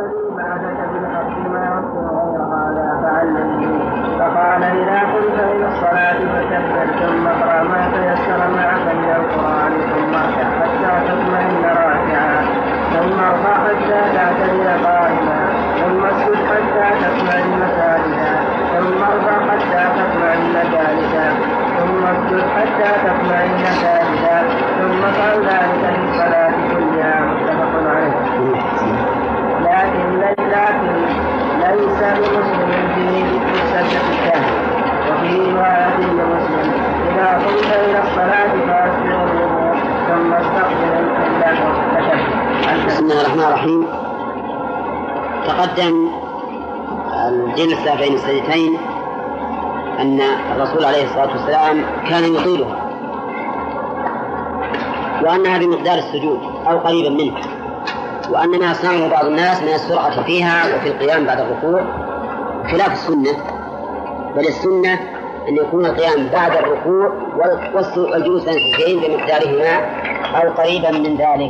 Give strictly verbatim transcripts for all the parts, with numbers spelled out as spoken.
الذي بعثك بالحق ما يكون غير هذا فعلمني. فقال إذا قمت إلى الصلاة فكبر ثم اقرأ ما تيسر معك من القرآن ثم اركع حتى تطمئن راكعا ثم ارفع حتى تعتدل قائما ثم اسجد حتى تطمئن ساجدا ثم ارفع حتى تطمئن جالسا ثم اسجد حتى تطمئن ساجدا ثم افعل ذلك في الصلاة كلها. متفق عليه. لكن لكن ليس لمسلم فيه ذكر السجدة الثانية. وفي رواية لمسلم إذا قمت إلى الصلاة فأسبغ الوضوء ثم استقبل القبلة. بسم الله الرحمن الرحيم. تقدم الجلسة بين السجدتين أن الرسول عليه الصلاة والسلام كان يطيلها وأنها بمقدار السجود أو قريبا منه، وأننا يصنعه بعض الناس من السرعة فيها وفي القيام بعد الركوع خلاف السنة، بل السنة أن يكون القيام بعد الركوع والجلوس بين السجدتين بمقدارهما أو قريبا من ذلك.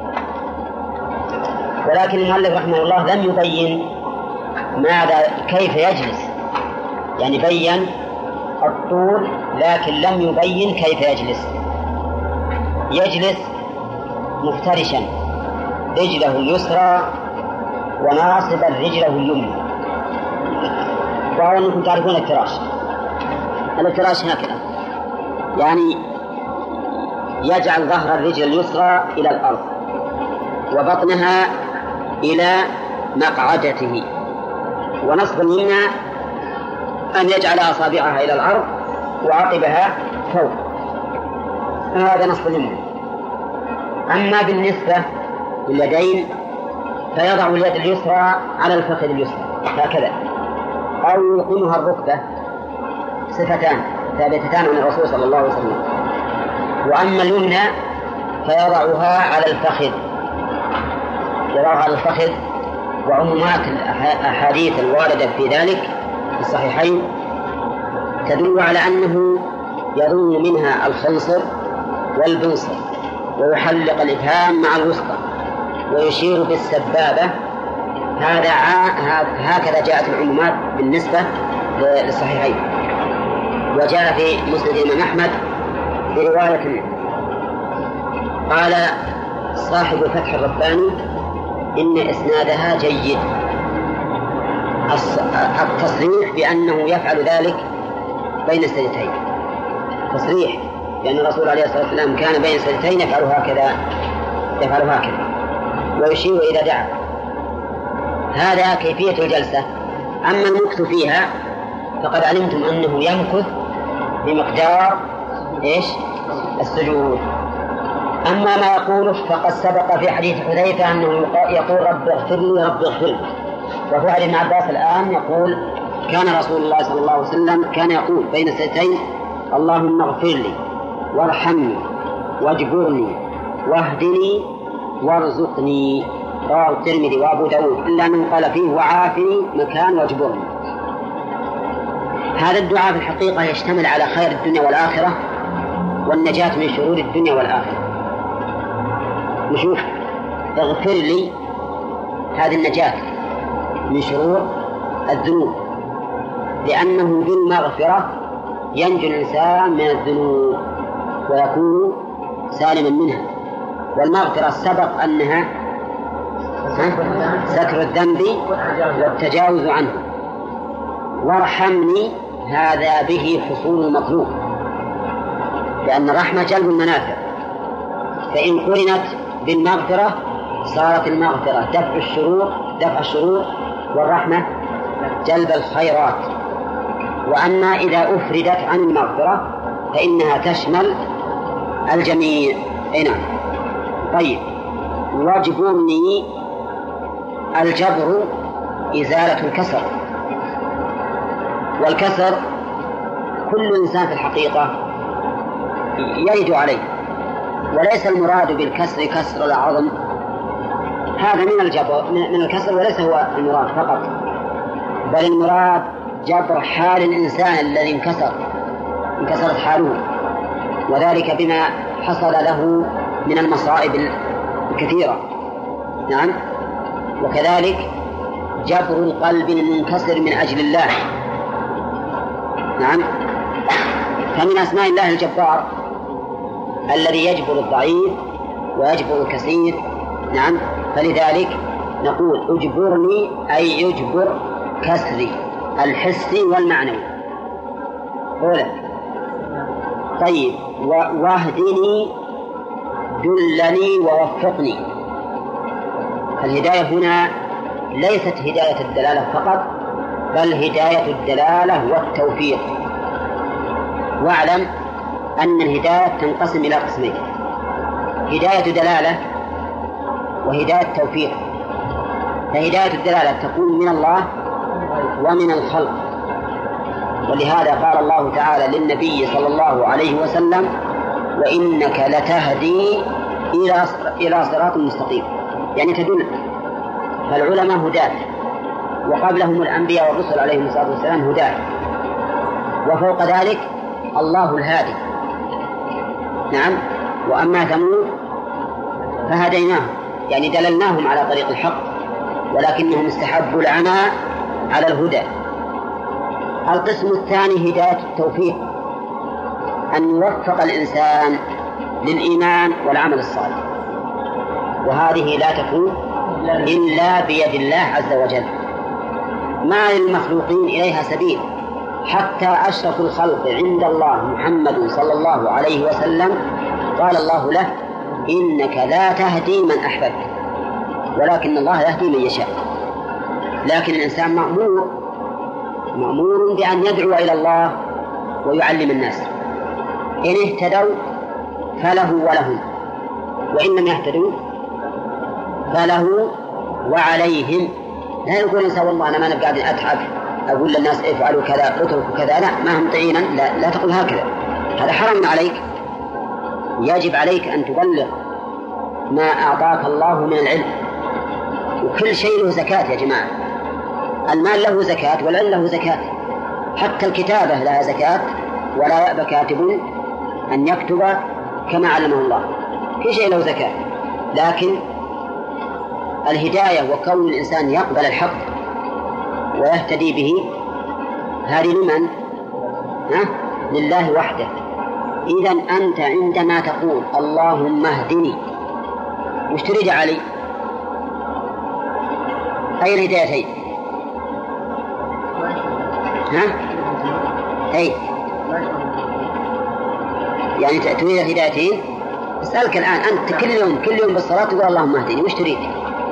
ولكن المؤلف رحمه الله لم يبين ماذا كيف يجلس، يعني بين الطول لكن لم يبين كيف يجلس. يجلس مفترشا رجله اليسرى وناصبا رجله اليمنى، وهو أنكم تعرفون الافتراش. الافتراش هكذا، يعني يجعل ظهر الرجل اليسرى إلى الأرض وبطنها إلى مقعدته، ونصب اليمنى أن يجعل أصابعها إلى الأرض وعقبها فوق. هذا نصب اليمنى. أما بالنسبة لليدين فيضع اليد اليسرى على الفخذ اليسرى هكذا، أو يقيمها الركبة، صفتان ثابتتان عن الرسول صلى الله عليه وسلم. وأما اليمنى فيضعها على الفخذ، يضعها على الفخذ. وعمومات الأحاديث الواردة في ذلك في الصحيحين تدل على أنه يضم منها الخنصر والبنصر ويحلق الإبهام مع الوسطى ويشير بالسبابة. هذا هكذا جاءت العمومات بالنسبة للصحيحين. وجاء في مسند الإمام أحمد برواية قال صاحب فتح الرباني إن إسنادها جيد، التصريح بأنه يفعل ذلك بين السجدتين، تصريح لأن الرسول عليه الصلاة والسلام كان بين السجدتين يفعل هكذا يفعل هكذا ويشير إذا دعا. هذا كيفية الجلسة. أما المكث فيها فقد علمتم أنه يمكث بمقدار إيش؟ السجود. أما ما يقوله فقد سبق في حديث حذيفة أنه يقول رب اغفر لي رب اغفر لي، وفي حديث ابن عباس الآن يقول كان رسول الله صلى الله عليه وسلم كان يقول بين السجدتين اللهم اغفر لي وارحمني واجبرني واهدني وارزقني. رواه الترمذي وأبو داود، إلا أنه قال فيه وعافني مكان واجبرني. هذا الدعاء في الحقيقة يشتمل على خير الدنيا والآخرة والنجاة من شرور الدنيا والآخرة. نشوف اغفر لي هذه النجاة من شرور الذنوب، لأنه بالمغفرة ينجو الإنسان من الذنوب ويكون سالما منها. والمغفرة سبق أنها ستر الذنب والتجاوز عنه. وارحمني هذا به حصول المطلوب، لأن الرحمة جلب المنافع، فإن قرنت بالمغفرة صارت المغفرة دفع الشرور دفع الشرور والرحمة جلب الخيرات. وأما إذا أفردت عن المغفرة فإنها تشمل الجميع. أي نعم. طيب، واجبرني الجبر إزالة الكسر، والكسر كل إنسان في الحقيقة يرد عليه، وليس المراد بالكسر كسر العظم، هذا من الجبر من الكسر وليس هو المراد فقط، بل المراد جبر حال الإنسان الذي انكسر انكسرت حاله، وذلك بما حصل له من المصائب الكثيرة. نعم. وكذلك جبر القلب المنكسر من أجل الله. نعم. فمن أسماء الله الجبار الذي يجبر الضعيف ويجبر الكثير. نعم. فلذلك نقول اجبرني أي يجبر كسري الحسي والمعنوي. أولا. طيب. واهدني دلني ووفقني. الهداية هنا ليست هداية الدلالة فقط بل هداية الدلالة والتوفيق. واعلم أن الهداية تنقسم إلى قسمين: هداية دلالة وهداية توفيق. فهداية الدلالة تكون من الله ومن الخلق، ولهذا قال الله تعالى للنبي صلى الله عليه وسلم: وإنك لتهدي إلى إلى صراط مستقيم، يعني تدل. فالعلماء هداة، وقبلهم الأنبياء والرسل عليهم الصلاة والسلام هداة، وفوق ذلك الله الهادي. نعم. وأما ثمود فهديناهم، يعني دللناهم على طريق الحق، ولكنهم استحبوا العمى على الهدى. القسم الثاني هداية التوفيق، أن يوفق الإنسان للإيمان والعمل الصالح، وهذه لا تكون إلا بيد الله عز وجل، ما للمخلوقين إليها سبيل. حتى أشرف الخلق عند الله محمد صلى الله عليه وسلم قال الله له: إنك لا تهدي من أحببت ولكن الله يهدي من يشاء. لكن الإنسان مأمور مأمور بأن يدعو إلى الله ويعلم الناس. إن اهتدوا فله ولهم، وإن لم يهتدوا فله وعليهم. لا يقول الإنسان والله أنا ما نبقى أتعب أقول للناس افعلوا كذا اتركوا كذا، لا، ما هم طعينا، لا, لا تقول هكذا، هذا حرام عليك. يجب عليك أن تبلغ ما أعطاك الله من العلم، وكل شيء له زكاة يا جماعة. المال له زكاة والعلم له زكاة، حتى الكتابة لها زكاة، ولا يأبى كاتب أن يكتب كما علمه الله، كل شيء له زكاة. لكن الهداية وكون الإنسان يقبل الحق ويهتدي به هذه لمن؟ ها؟ لله وحده. إذن أنت عندما تقول اللهم اهدني وش تريد علي؟ أي الهدايتين؟ ها؟ أي يعني تريد الهدايتين؟ أسألك الآن أنت كل يوم كل يوم بالصلاة تقول اللهم اهدني، وش تريد؟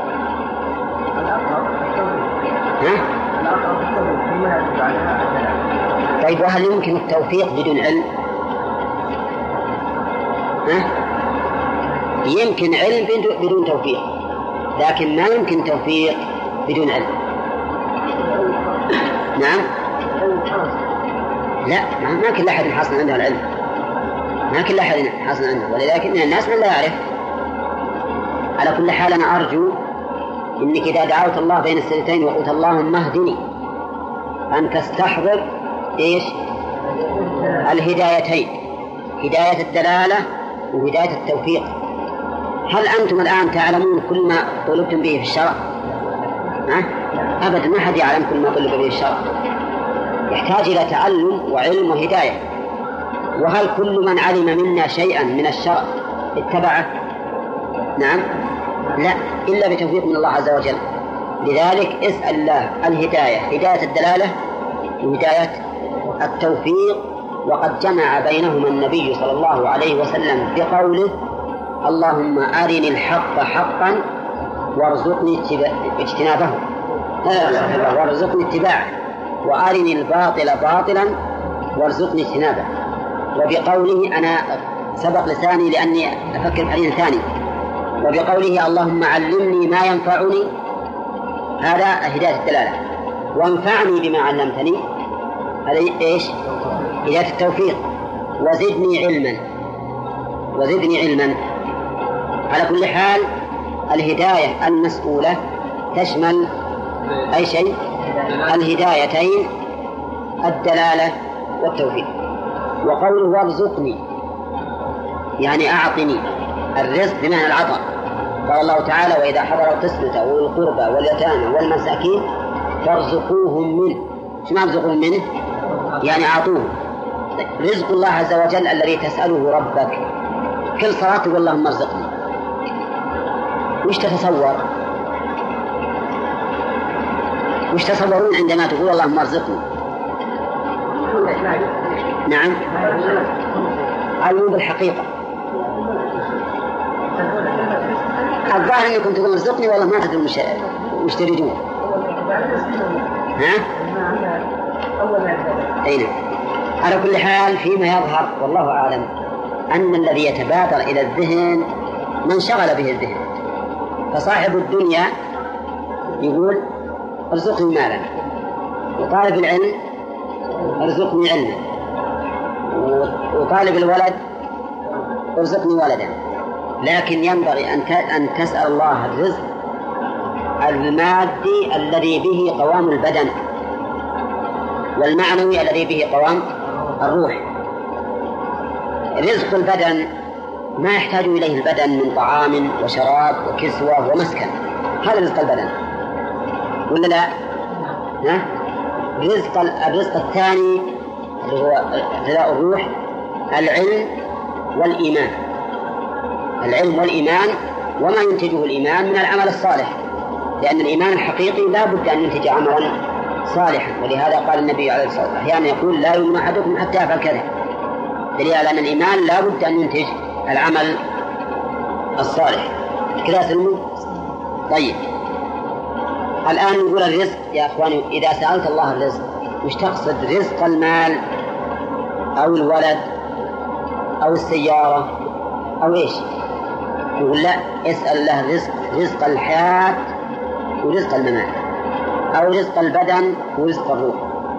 ها؟ طيب وهل يمكن التوفيق بدون علم؟ ها؟ يمكن علم بدون توفيق، لكن ما يمكن توفيق بدون علم. نعم. لا، ما كل أحد حاصل عنده العلم، ما كل أحد حاصل عنده، ولذلك من الناس من لا يعرف. على كل حال أنا أرجو إنك إذا دعوت الله بين السجدتين وقلت اللهم اهدني أن تستحضر إيش؟ الهدايتين، هداية الدلالة وهداية التوفيق. هل أنتم الآن تعلمون كل ما طلبتم به في الشرع؟ ها؟ أبدا، ما حد يعلم كل ما طلب به الشرع، يحتاج إلى تعلم وعلم وهداية. وهل كل من علم منا شيئا من الشرع اتبعه؟ نعم، لا، إلا بتوفيق من الله عز وجل. لذلك اسأل الله الهداية، هداية الدلالة وهداية التوفيق. وقد جمع بينهما النبي صلى الله عليه وسلم بقوله اللهم أرني الحق حقا وارزقني اجتنابه، وارزقني اتباعه، وأرني الباطل باطلا وارزقني اجتنابه. وبقوله أنا سبق لساني لأني أفكر في حديث ثاني، وبقوله اللهم علمني ما ينفعني، هذا هداية الدلالة. وانفعني بما علمتني، هذا إيش؟ هداية التوفيق. وزدني علما، وزدني علما. على كل حال الهداية المسؤولة تشمل أي شيء؟ الهدايتين، الدلالة والتوفيق. وقوله وارزقني يعني أعطني، الرزق بمعنى العطاء، قال الله تعالى وإذا حضر القسمة أولي القربى واليتامى والمساكين فارزقوهم منه. شو معنى ارزقوهم منه؟ يعني أعطوه. رزق الله عز وجل الذي تسأله ربك كل صلاة تقول اللهم ارزقني، وش تتصور؟ وش تصورون عندما تقول اللهم ارزقني؟ نعم علموا بالحقيقة. الظاهر أنكم تقول ارزقني والله ما تدرون وش تريدون. ها؟ أين؟ على كل حال فيما يظهر والله أعلم أن الذي يتبادر إلى الذهن من شغل به الذهن. فصاحب الدنيا يقول ارزقني مالا، وطالب العلم ارزقني علما، وطالب الولد ارزقني ولدا. لكن ينبغي أن تسأل الله الرزق المادي الذي به قوام البدن، والمعنوي الذي به قوام الروح. رزق البدن ما يحتاج إليه البدن من طعام وشراب وكسوة ومسكن، هذا رزق البدن ولا لا؟ ها؟ رزق الرزق الثاني اللي هو غذاء الروح العلم والإيمان. العلم والإيمان وما ينتجه الإيمان من العمل الصالح، لأن الإيمان الحقيقي لا بد أن ينتج عملا صالحا. ولهذا قال النبي عليه الصلاة والسلام أحيانا يقول لا يؤمن أحدكم حتى يفعل كذا، دليل على أن الإيمان لا بد أن ينتج العمل الصالح. كذا سلموا. طيب الآن نقول الرزق يا أخواني، إذا سألت الله الرزق مش تقصد رزق المال أو الولد أو السيارة أو إيش؟ يقول لا، اسأل الله الرزق رزق الحياة ورزق الممات، أو رزق البدن ورزق الروح.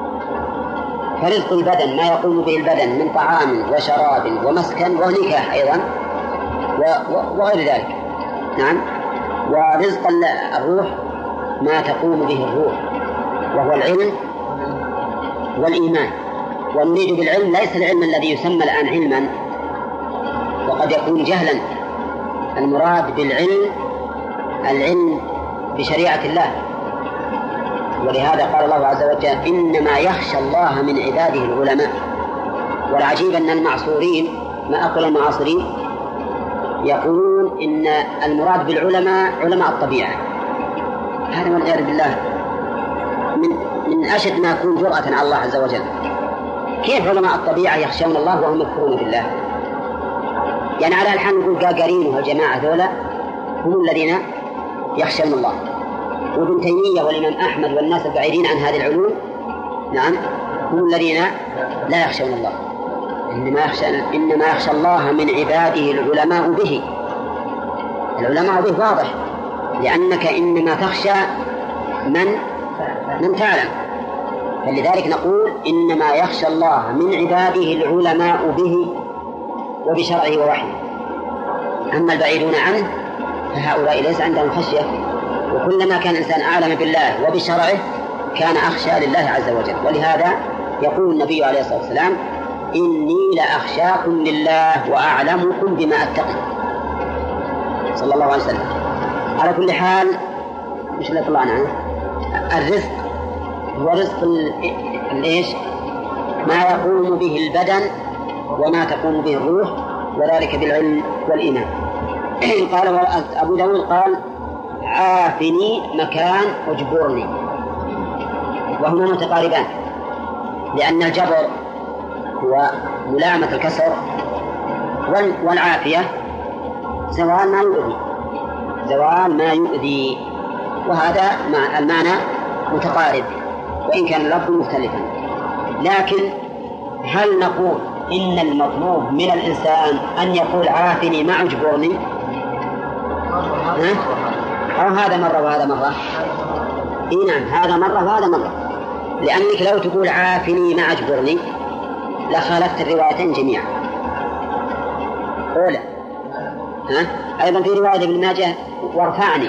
فرزق البدن ما يقوم به البدن من طعام وشراب ومسكن ونكاح أيضا وغير ذلك. نعم. ورزق الروح ما تقوم به الروح وهو العلم والإيمان. ونريد بالعلم ليس العلم الذي يسمى الآن علما وقد يكون جهلا، المراد بالعلم العلم بشريعة الله. ولهذا قال الله عز وجل إنما يخشى الله من عباده العلماء. والعجيب أن المعصورين ما أقول المعاصرين يقولون إن المراد بالعلماء علماء الطبيعة. هذا والعياذ بالله من من أشد ما يكون جرأة على الله عز وجل. كيف علماء الطبيعة يخشون الله وهم يكفرون بالله؟ يعني على الحال نقول قاقرين وهالجماعة ذولا هم الذين يخشون الله، وابن تيمية والإمام أحمد والناس البعيدين عن هذه العلوم نعم هم الذين لا يخشون الله. إنما يخشى, إنما يخشى الله من عباده العلماء به. العلماء به واضح، لأنك إنما تخشى من من تعلم. فلذلك نقول إنما يخشى الله من عباده العلماء به وبشرعه ووحيه. أما البعيدون عنه فهؤلاء ليس عندهم خشية، وكلما كان الإنسان أعلم بالله وبشرعه كان أخشى لله عز وجل. ولهذا يقول النبي عليه الصلاة والسلام إني لأخشاكم لله وأعلمكم بما أتقي صلى الله عليه وسلم. على كل حال مش اللي طلعنا عنه الرزق هو رزق الإيش ما يقوم به البدن وما تقوم به الروح، وذلك بالعلم والإيمان. قال أبو داود قال عافني مكان واجبرني، وهما متقاربان، لأن الجبر هو ملامة الكسر والعافية زوال ما يؤذي زوال ما يؤذي وهذا مع المعنى متقارب وإن كان اللفظ مختلفا. لكن هل نقول إن المطلوب من الإنسان أن يقول عافني مع اجبرني، أو هذا مرة وهذا مرة؟ إيه نعم، هذا مرة وهذا مرة، لأنك لو تقول عافني مع اجبرني لخالفت الروايتين جميعا. أولى ها؟ أيضا في رواية ابن ماجه وارفعني.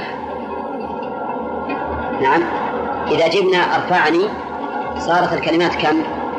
نعم، إذا جبنا ارفعني صارت الكلمات كم؟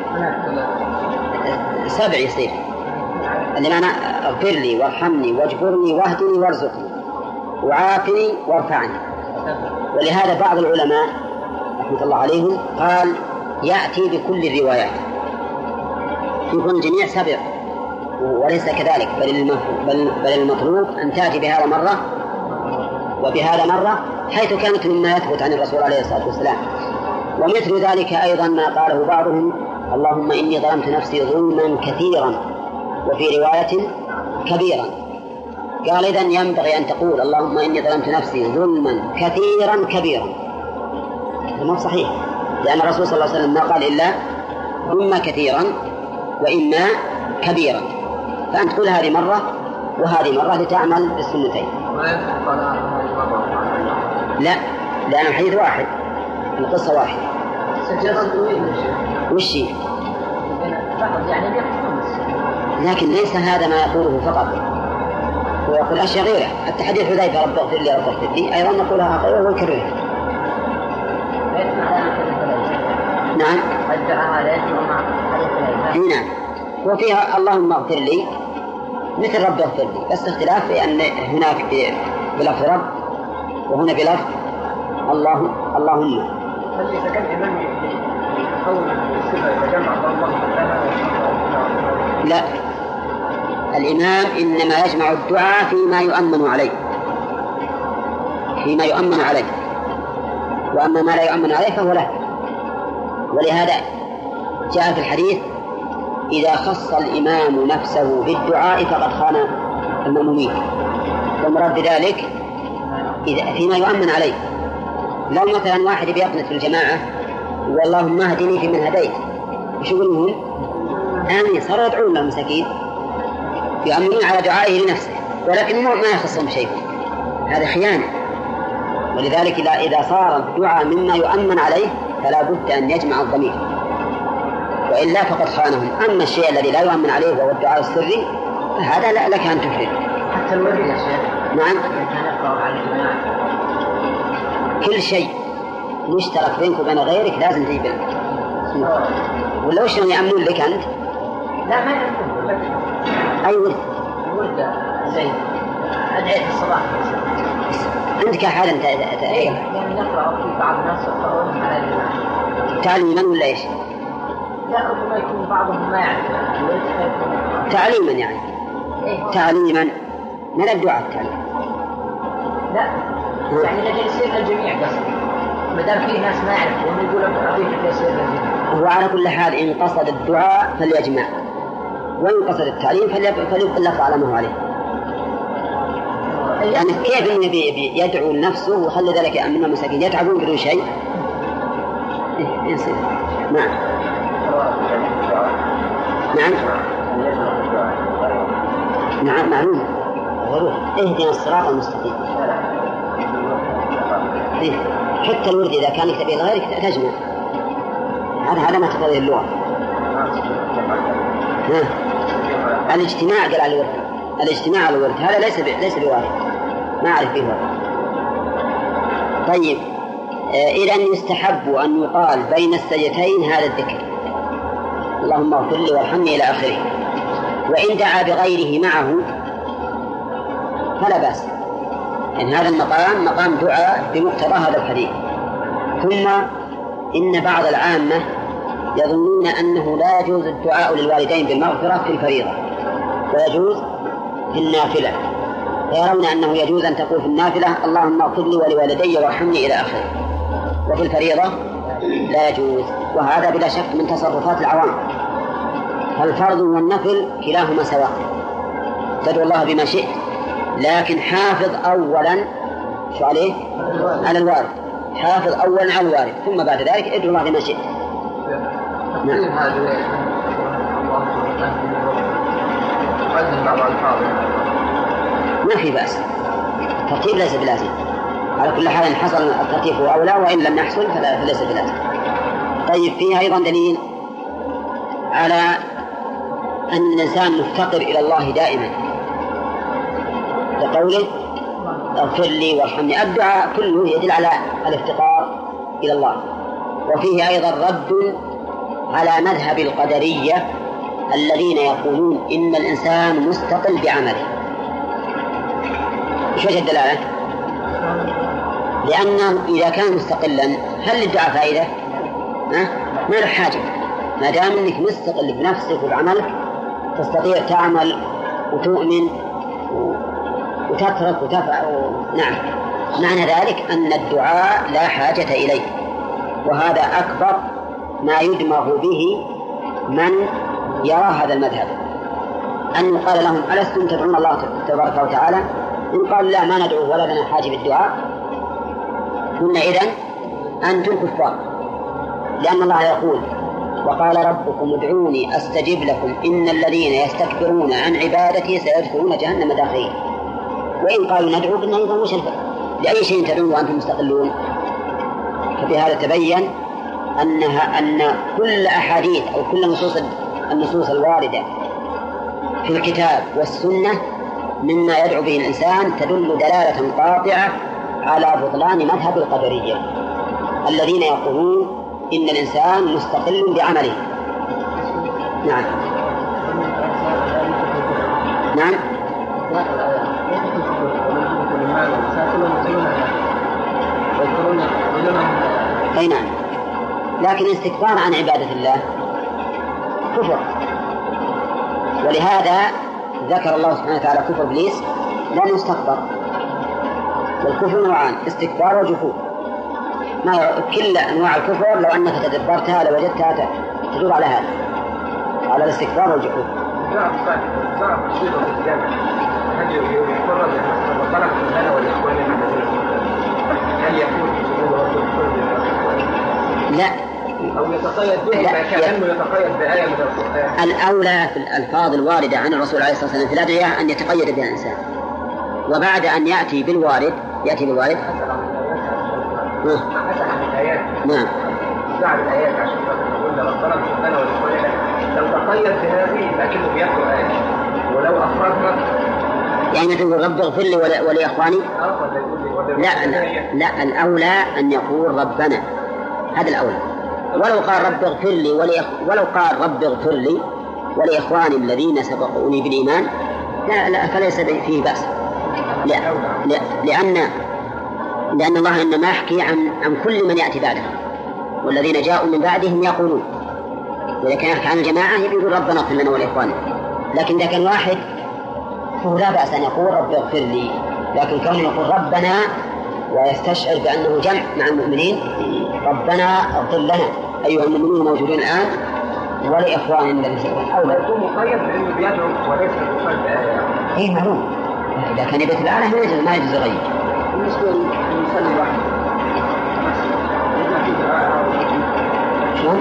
سبع يصير، اللي معنى اغفر لي وارحمني واجبرني واهدني وارزقني وعافني وارفعني. ولهذا بعض العلماء رحمة الله عليهم قال يأتي بكل الروايات يكون الجميع سبع، وليس كذلك، بل بل بل المطلوب أن تأتي بهذا مرة وبهذا مرة، حيث كانت مما يثبت عن الرسول عليه الصلاة والسلام. ومثل ذلك أيضا ما قاله بعضهم: اللهم إني ظلمت نفسي ظلما كثيرا، وفي رواية كبيرا. قال إذن ينبغي أن تقول اللهم إني ظلمت نفسي ظلما كثيرا كبيرا. هذا ما صحيح، لأن الرسول صلى الله عليه وسلم ما قال إلا إما كثيرا وإما كبيرا، فأنت تقول هذه مرة وهذه مرة لتعمل بالسنتين. لا، لأن الحديث واحد، القصة واحدة. وش لكن ليس هذا ما يقوله فقط، ويقول أشياء غيره. حتى حديث حذيفة رب اغفر لي رب اغفر لي أيضا نقولها غيره ويكررها. نعم. نعم. وفيها اللهم اغفر لي مثل رب اغفر لي، بس اختلاف بأن هناك بلفظ رب وهنا بلفظ الله اللهم. لا، الإمام إنما يجمع الدعاء فيما يؤمن عليه، فيما يؤمن عليه، وأما ما لا يؤمن عليه فهو له. ولهذا جاء في الحديث: إذا خص الإمام نفسه بالدعاء فقد خان المأمومين. والمراد بذلك إذا فيما يؤمن عليه. لو مثلا واحد بيقنط في الجماعة واللهم اهدني في من هديت، وش يقولون؟ آمين. صاروا يدعون للمساكين يؤمنون على دعائه لنفسه، ولكن ما يخصهم شيء، هذا خيانة. ولذلك إذا صار الدعاء مما يؤمن عليه فلا بد أن يجمع الضمير، وإلا فقد خانهم. أما الشيء الذي لا يؤمن عليه وهو الدعاء السري فهذا لا لك أن تفرد. حتى الورد يا شيخ. نعم. كل شيء مشترك بينك وبين غيرك لازم تجيب لك. ولا وش يأمنون لك أنت؟ لا، ما يأمنون لك. أي ورد؟ ورد زي أدعية الصباح. عندك حالا ت... ت... إيه يعني نقرأ في بعض الناس يقرؤون على الجماعة. تعليما ولا إيش؟ لا، ربما يكون بعضهم ما يعرف. تعليما يعني. إيه؟ تعليما من الدعاء التعليم. لا، يعني لجل يصير الجميع قصد. ما دام فيه ناس ما يعرفون يقولوا أعطيه يصير الجميع. هو على كل حال إن قصد الدعاء فليجمع، وإن قصد التعليم فليبقى اللفظ على ما هو عليه. يعني كيف إنه يدعو لنفسه وخلي ذلك أمن المساكين يتعبون بدون شيء؟ إيه يصير. نعم. نعم. نعم معلوم. ضروري. اهدنا الصراط المستقيم. إيه. حتى الورد إذا كان يكتب إلى غيرك تجمع. هذا هذا ما تقضيه اللغة. ها. الاجتماع قال على الورد. الاجتماع على الورد هذا ليس ب... ليس بوارد. ما أعرف فيه ورد. طيب. آه إذا يستحب أن يقال بين السجدتين هذا الذكر: اللهم اغفر لي وارحمني إلى آخره. وإن دعا بغيره معه فلا بأس، إن هذا المقام مقام دعاء بمقتضى هذا الحديث. ثم إن بعض العامة يظنون أنه لا يجوز الدعاء للوالدين بالمغفرة في الفريضة ويجوز في النافلة، فيرون أنه يجوز أن تقول في النافلة اللهم اغفر لي ولوالدي وارحمني إلى آخره، وفي الفريضة لا يجوز. وهذا بلا شك من تصرفات العوام. فالفرض والنفل كلاهما سواء، تدعو الله بما شئت، لكن حافظ أولا شو عليه؟ على الوارد. حافظ أولا على الوارد، ثم بعد ذلك ادعو الله بما شئت. نعم. ما في بأس، الترتيب ليس بلازم. على كل حال إن حصل الترتيب هو أولى، وإن لم يحصل فليس بلازم. طيب فيه أيضا دليل على أن الإنسان مفتقر إلى الله دائما، لقوله اغفر لي وارحمني. الدعاء كله يدل على الافتقار إلى الله. وفيه أيضا رد على مذهب القدرية الذين يقولون إن الإنسان مستقل بعمله. إيش وجه الدلالة؟ لأن إذا كان مستقلا هل للدعاء فائدة؟ أه؟ ما له حاجة، ما دام أنك مستقل بنفسك وبعملك تستطيع تعمل وتؤمن وتترك وتفعل و... نعم، معنى ذلك أن الدعاء لا حاجة إليه. وهذا أكبر ما يدمغ به من يرى هذا المذهب، أن يقال لهم ألستم تدعون الله تبارك وتعالى؟ إن قال لا ما ندعو ولا لنا حاجة بالدعاء، قلنا إذن أنتم كفار، لأن الله يقول وقال ربكم ادعوني أستجب لكم إن الذين يستكبرون عن عبادتي سيدخلون جهنم داخلين. وإن قالوا ندعو قلنا إذن وش الفرق؟ لأي شيء تدعون وأنتم مستقلون؟ فبهذا تبين أنها أن كل أحاديث أو كل نصوص النصوص الواردة في الكتاب والسنة مما يدعو به الإنسان تدل دلالة قاطعة على بطلان مذهب القدرية الذين يقولون إن الإنسان مستقل بعمله. نعم نعم أي نعم، لكن الاستكبار عن عبادة الله كفر، ولهذا ذكر الله سبحانه وتعالى كفر إبليس لن يستكبر. والكفر نوعان، استكبار وجحود. ما كل أنواع الكفر لو أنك تدبرتها لوجدتها تدور على هذا، على الاستكبار والجحود. لا أو يتقيد به كأنه يتقيد بآية من القرآن. الأولى في الألفاظ الواردة عن الرسول عليه الصلاة والسلام في الأدعية أن يتقيد بها الإنسان، وبعد أن يأتي بالوارد يأتي بالوارد حسب عن الآيات. نعم. بعد الآيات عشان تقول ربنا سبحانه وتعالى لو تقيد بهذه لكنه بيقرأ آيات، ولو أفردنا يعني تقول رب اغفر لي ولإخواني. لا لا لا الأولى أن يقول ربنا، هذا الأولى. ولو قال رب اغفر لي ولإخ... ولو قال رب اغفر لي ولإخواني الذين سبقوني بالإيمان لا لا فليس فيه بأس. لا. لا لأن لأن الله إنما يحكي عن عن كل من يأتي بعده، والذين جاءوا من بعدهم يقولون. وإذا كان يحكي عن الجماعة يقول ربنا اغفر لنا ولإخواننا، لكن إذا كان واحد فهو لا بأس أن يقول رب اغفر لي، لكن كونه يقول ربنا ويستشعر بأنه جمع مع المؤمنين، ربنا اغفر لنا أيها المؤمنون الموجودين الآن ولإخواننا الذين سبقونا. أو لا يكون مقيد بأنه بيدعو وليس بفرد آية. إيه معلوم، إذا كان يبيت الآلة ما يجوز ما يجوز غير. بالنسبة للمصلي واحد شلون؟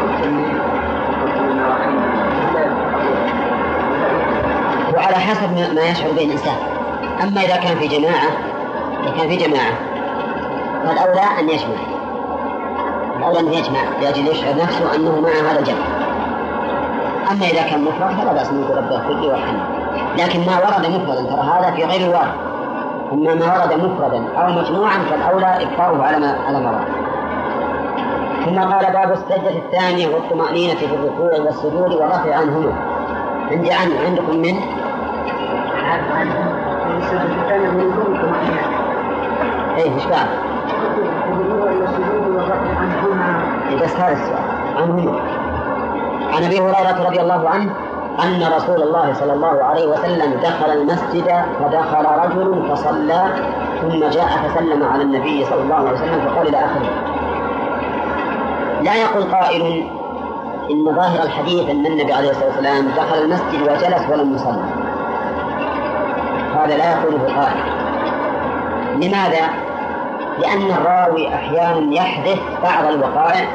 وعلى حسب ما يشعر به الإنسان. أما إذا كان في جماعة إذا كان في جماعة فالأولى أن يجمع، الأولى أن يجمع لأجل يشعر نفسه أنه مع هذا الجمع. أما إذا كان مفرد فلا بأس منه ربه كله وحنه، لكن ما ورد مفردا ترى هذا في غير الوارد. أما ما ورد مفردا أو مجموعا فالأولى إبقاؤه على ما على ما ورد. ثم قال باب السجدة الثانية والطمأنينة في الركوع والسجود والرفع عنهما. عندي عن عندكم من السجدة الثانية من دون الطمأنينة. إيه مش بعد. السجود والرفع عنهما. بس هذا السؤال عنهما. عن أبي هريرة رضي الله عنه أن رسول الله صلى الله عليه وسلم دخل المسجد فدخل رجل فصلى ثم جاء فسلم على النبي صلى الله عليه وسلم فقال إلى آخره. لا يقول قائل إن ظاهر الحديث أن النبي عليه الصلاة والسلام دخل المسجد وجلس ولم يصلي، هذا لا يقوله قائل. لماذا؟ لأن الراوي أحيانا يحدث بعض الوقائع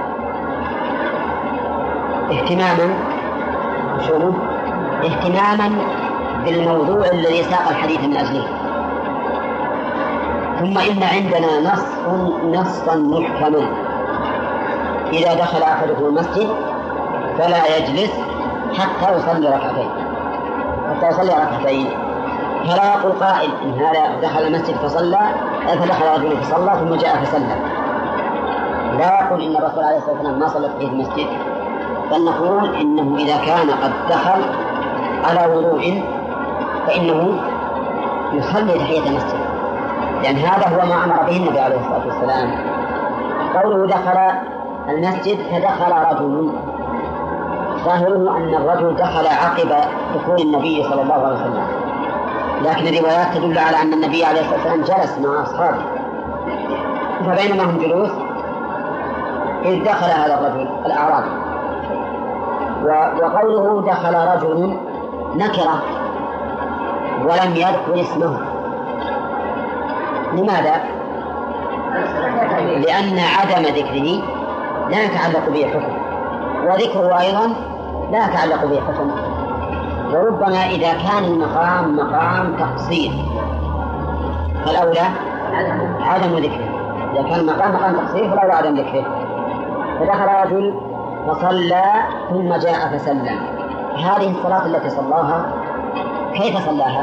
اهتماما شنو؟ اهتماما بالموضوع الذي ساق الحديث من أجله. ثم إن عندنا نص نصا محكما إذا دخل أحدكم المسجد فلا يجلس حتى يصلي ركعتين حتى يصلي ركعتين فلا يقول قائل إن هذا دخل المسجد فصلى فدخل رجل فصلى ثم جاء فسلم. لا يقول إن الرسول عليه الصلاة والسلام ما صلى في المسجد، بل نقول إنه إذا كان قد دخل على وضوء فإنه يصلي تحية المسجد لأن هذا هو ما أمر به النبي عليه الصلاة والسلام. قوله دخل المسجد فدخل رجل، ظاهره أن الرجل دخل عقب دخول النبي صلى الله عليه وسلم، لكن الروايات تدل على أن النبي عليه الصلاة والسلام جلس مع أصحابه، فبينما هم جلوس إذ دخل هذا الرجل الأعرابي. وقوله دخل رجل نكرة ولم يذكر اسمه، لماذا؟ لأن عدم ذكره لا يتعلق به حكم، وذكره أيضا لا يتعلق به حكم. وربما إذا كان المقام مقام تقصير فالأولى عدم ذكره، إذا كان المقام مقام تقصير فالأولى عدم ذكره. فدخل رجل فصلى ثم جاء فسلم. هذه الصلاة التي صلاها كيف صلاها؟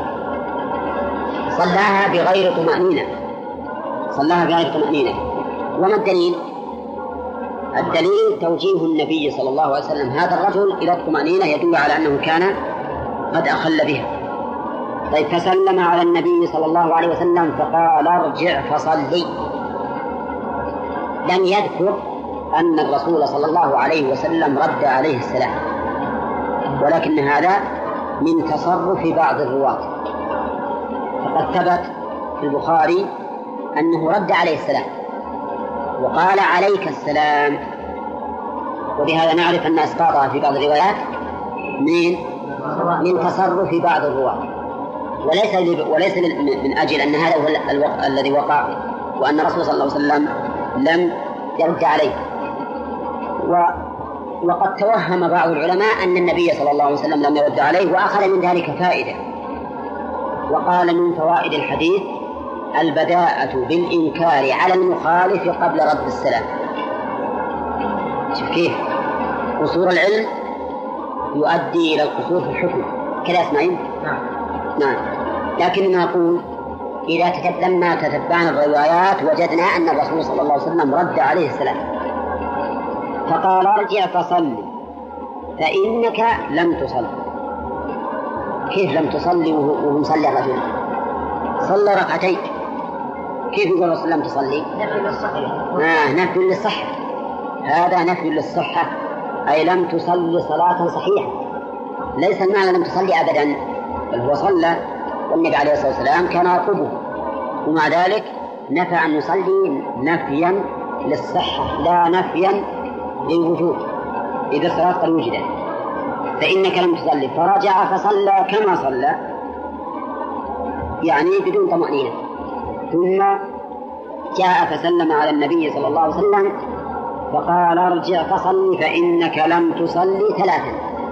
صلاها بغير طمأنينة، صلاها بغير طمأنينة. وما الدليل؟ الدليل توجيه النبي صلى الله عليه وسلم هذا الرجل إلى الطمأنينة يدل على أنه كان قد أخل بها. طيب فسلم على النبي صلى الله عليه وسلم فقال ارجع فصلي. لم يذكر أن الرسول صلى الله عليه وسلم رد عليه السلام، ولكن هذا من تصرف بعض الرواة، فقد ثبت في البخاري أنه رد عليه السلام وقال عليك السلام، وبهذا نعرف أن أسقاطها في بعض الروايات من من تصرف بعض الرواة، وليس وليس من أجل أن هذا هو الوقت الذي وقع وأن الرسول صلى الله عليه وسلم لم يرد عليه. و وقد توهم بعض العلماء أن النبي صلى الله عليه وسلم لم يرد عليه، وأخذ من ذلك فائدة، وقال من فوائد الحديث البداءة بالإنكار على المخالف قبل رد السلام. شوف كيف قصور العلم يؤدي إلى القصور في الحكم كذا. اسمعين؟ نعم نعم. لكننا نقول إذا تكلمنا تتبعنا الروايات وجدنا أن الرسول صلى الله عليه وسلم رد عليه السلام فقال ارجع فصلي فإنك لم تصلي. كيف لم تصلي وهو مصلي الرجل؟ صلى ركعتين، كيف يقول الرسول لم تصلي؟ نفي للصحة. آه نفي للصحة، هذا نفي للصحة، أي لم تصلي صلاة صحيحة. ليس المعنى لم تصلي أبدا، بل هو صلى والنبي عليه الصلاة والسلام كان يرقبه، ومع ذلك نفى أن يصلي نفيا للصحة لا نفيا للوجود. إذا الصلاة قد وجدت فإنك لم تصلي، فرجع فصلى كما صلى يعني بدون طمأنينة، ثم جاء فسلم على النبي صلى الله عليه وسلم فقال ارجع فصلي فإنك لم تصلي ثلاثا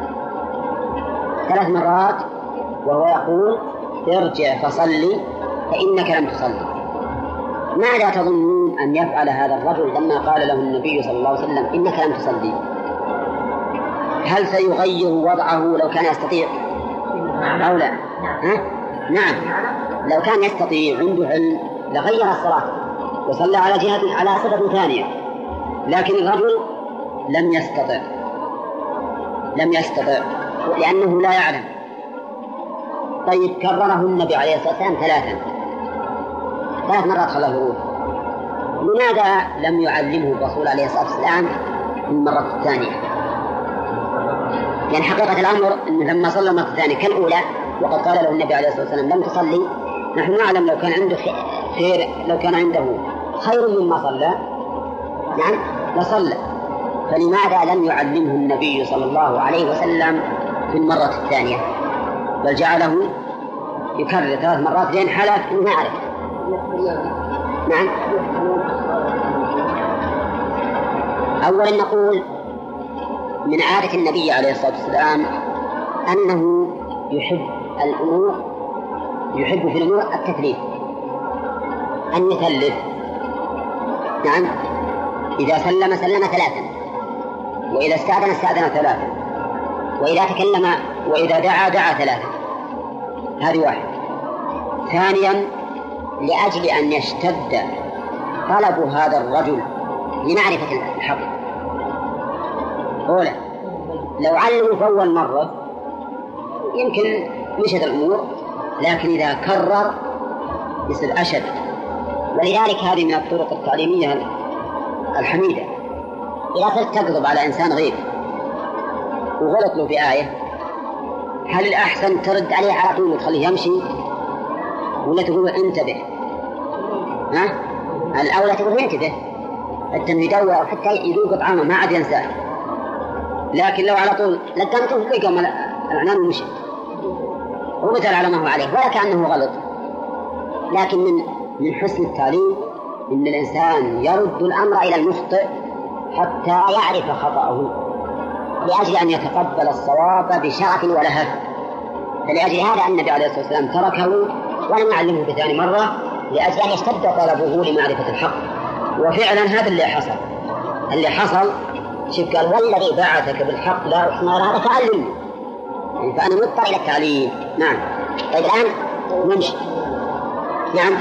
ثلاث مرات، وهو يقول ارجع فصلي فإنك لم تصلي. ماذا تظنون أن يفعل هذا الرجل لما قال له النبي صلى الله عليه وسلم إنك لم تصلي؟ هل سيغير وضعه لو كان يستطيع أو لا؟ ها؟ نعم، لو كان يستطيع عنده علم لغير الصلاة وصلى على جهة على صفة ثانية، لكن الرجل لم يستطع لم يستطع لأنه لا يعلم. طيب كرره النبي عليه الصلاة والسلام ثلاثا ثلاث مرات خلاه يروح، لماذا لم يعلمه الرسول عليه الصلاة والسلام في المرة الثانية؟ يعني حقيقة الأمر أنه لما صلى المرة الثانية كالأولى وقد قال له النبي عليه الصلاة والسلام لم تصلي، نحن نعلم لو كان عنده خير، لو كان عنده خير مما صلى نعم لصلى، فلماذا لم يعلمه النبي صلى الله عليه وسلم في المرة الثانية، بل جعله يكرر ثلاث مرات لين حلف إنه ما عرف؟ نعم. أولا نقول من عادة النبي عليه الصلاة والسلام أنه يحب الأمور يحب في الأمور التثليث، أن يثلث. نعم، إذا سلم سلم ثلاثا، وإذا استأذن استأذن ثلاثا، وإذا تكلم وإذا دعا دعا ثلاثا. هذه واحد. ثانيا لأجل أن يشتد طلب هذا الرجل لمعرفة الحق. أولا لو علمه في أول مرة يمكن مشت الأمور، لكن إذا كرر يصير أشد ولذلك هذه من الطرق التعليمية الحميدة. إذا كنت تقضب على إنسان غير وغلط له في آية، هل الأحسن ترد عليه على طول وتخليه يمشي، ولا تقول انتبه؟ ها؟ الأولى تقول انتبه حتى يدور حتى يذوق طعامه ما عاد ينساه. لكن لو على طول لقمته لقم العنان ومشي ومثل على ما هو عليه ولا كأنه غلط. لكن من من حسن التعليم إن الإنسان يرد الأمر إلى المخطئ حتى يعرف خطأه، لأجل أن يتقبل الصواب بشرف ولهف. فلأجل هذا النبي عليه الصلاة والسلام تركه ولم يعلمه بثاني مرة، لأجل أن يشتد طلبه لمعرفة الحق. وفعلا هذا اللي حصل اللي حصل شوف، قال والذي بعثك بالحق لا أحسن هذا تعلمني، يعني فأنا مضطر إلى التعليم. نعم. طيب الآن نمشي. نعم.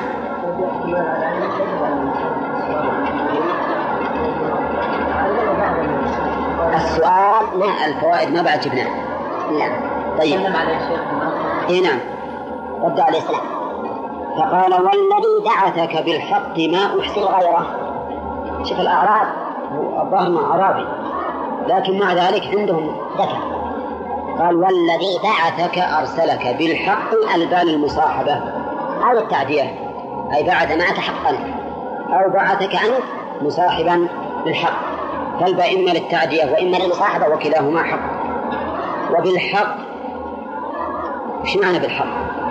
السؤال ما الفوائد ما بعد جبناه. نعم. طيب. إيه نعم. رد عليه السلام فقال والذي بعثك بالحق ما أحسن غيره. شوف الأعراب الظاهر أعرابي لكن مع ذلك عندهم ذكر. قال والذي بعثك أرسلك بالحق البال المصاحبة أو التعدية، أي بعث معك حقا أو بعثك أنت مصاحبا بالحق، فالباء إما للتعدية وإما للمصاحبة وكلاهما حق. وبالحق وش معنى بالحق؟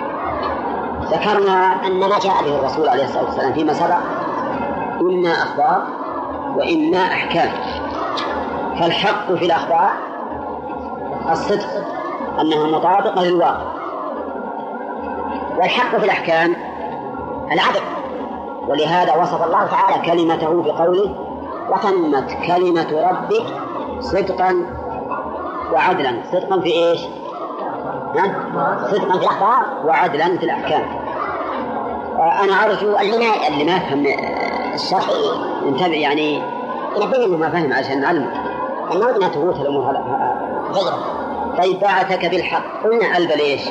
ذكرنا أن ما جاء به الرسول عليه الصلاة والسلام فيما سبق إما أخبار وإما أحكام. فالحق في الأخبار الصدق أنها مطابقة للواقع، والحق في الأحكام العدل. ولهذا وصف الله تعالى كلمته بقوله وتمت كلمة ربك صدقا وعدلا. صدقا في إيش؟ صدقا في الأخبار وعدلا في الأحكام. أنا أرجو اللي, اللي ما يفهم الشرح ينتبه، يعني ينبه إنه ما فهم عشان نعلمه أنه ودنا تفوت الأمور غيره. طيب بعثك بالحق قلنا ألب ليش؟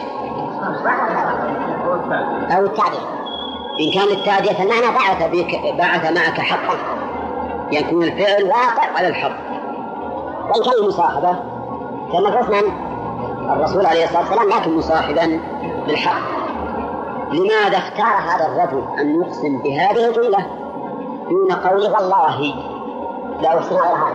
أو التعدية. إن كان التعدية فالمعنى بعث, بك بعث معك حقا، يكون الفعل واقع على الحق. وإن كان المصاحبة فالمفروض من الرسول عليه الصلاة والسلام لكن مصاحبا بالحق. لماذا اختار هذا الرجل أن يقسم بهذه الجملة دون قوله والله لا أحسن غير هذا؟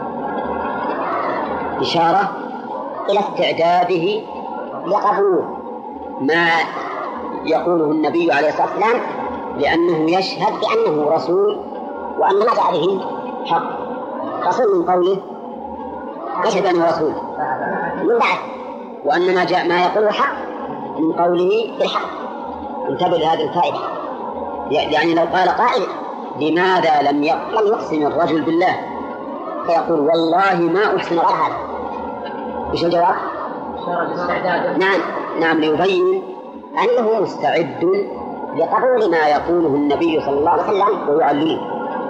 إشارة إلى استعداده لقبول ما يقوله النبي عليه الصلاة والسلام، لأنه يشهد بأنه رسول وأن ما جاء به حق. رسول من قوله يشهد أنه رسول من بعد، وأن ما جاء ما يقوله حق من قوله بالحق. انتبه لهذه الفائدة. يعني لو قال قائل لماذا لم يقسم الرجل بالله فيقول والله ما أحسن غير هذا، إيش الجواب؟ نعم نعم ليبين أنه مستعد لقبول ما يقوله النبي صلى الله عليه وسلم ويعلمه.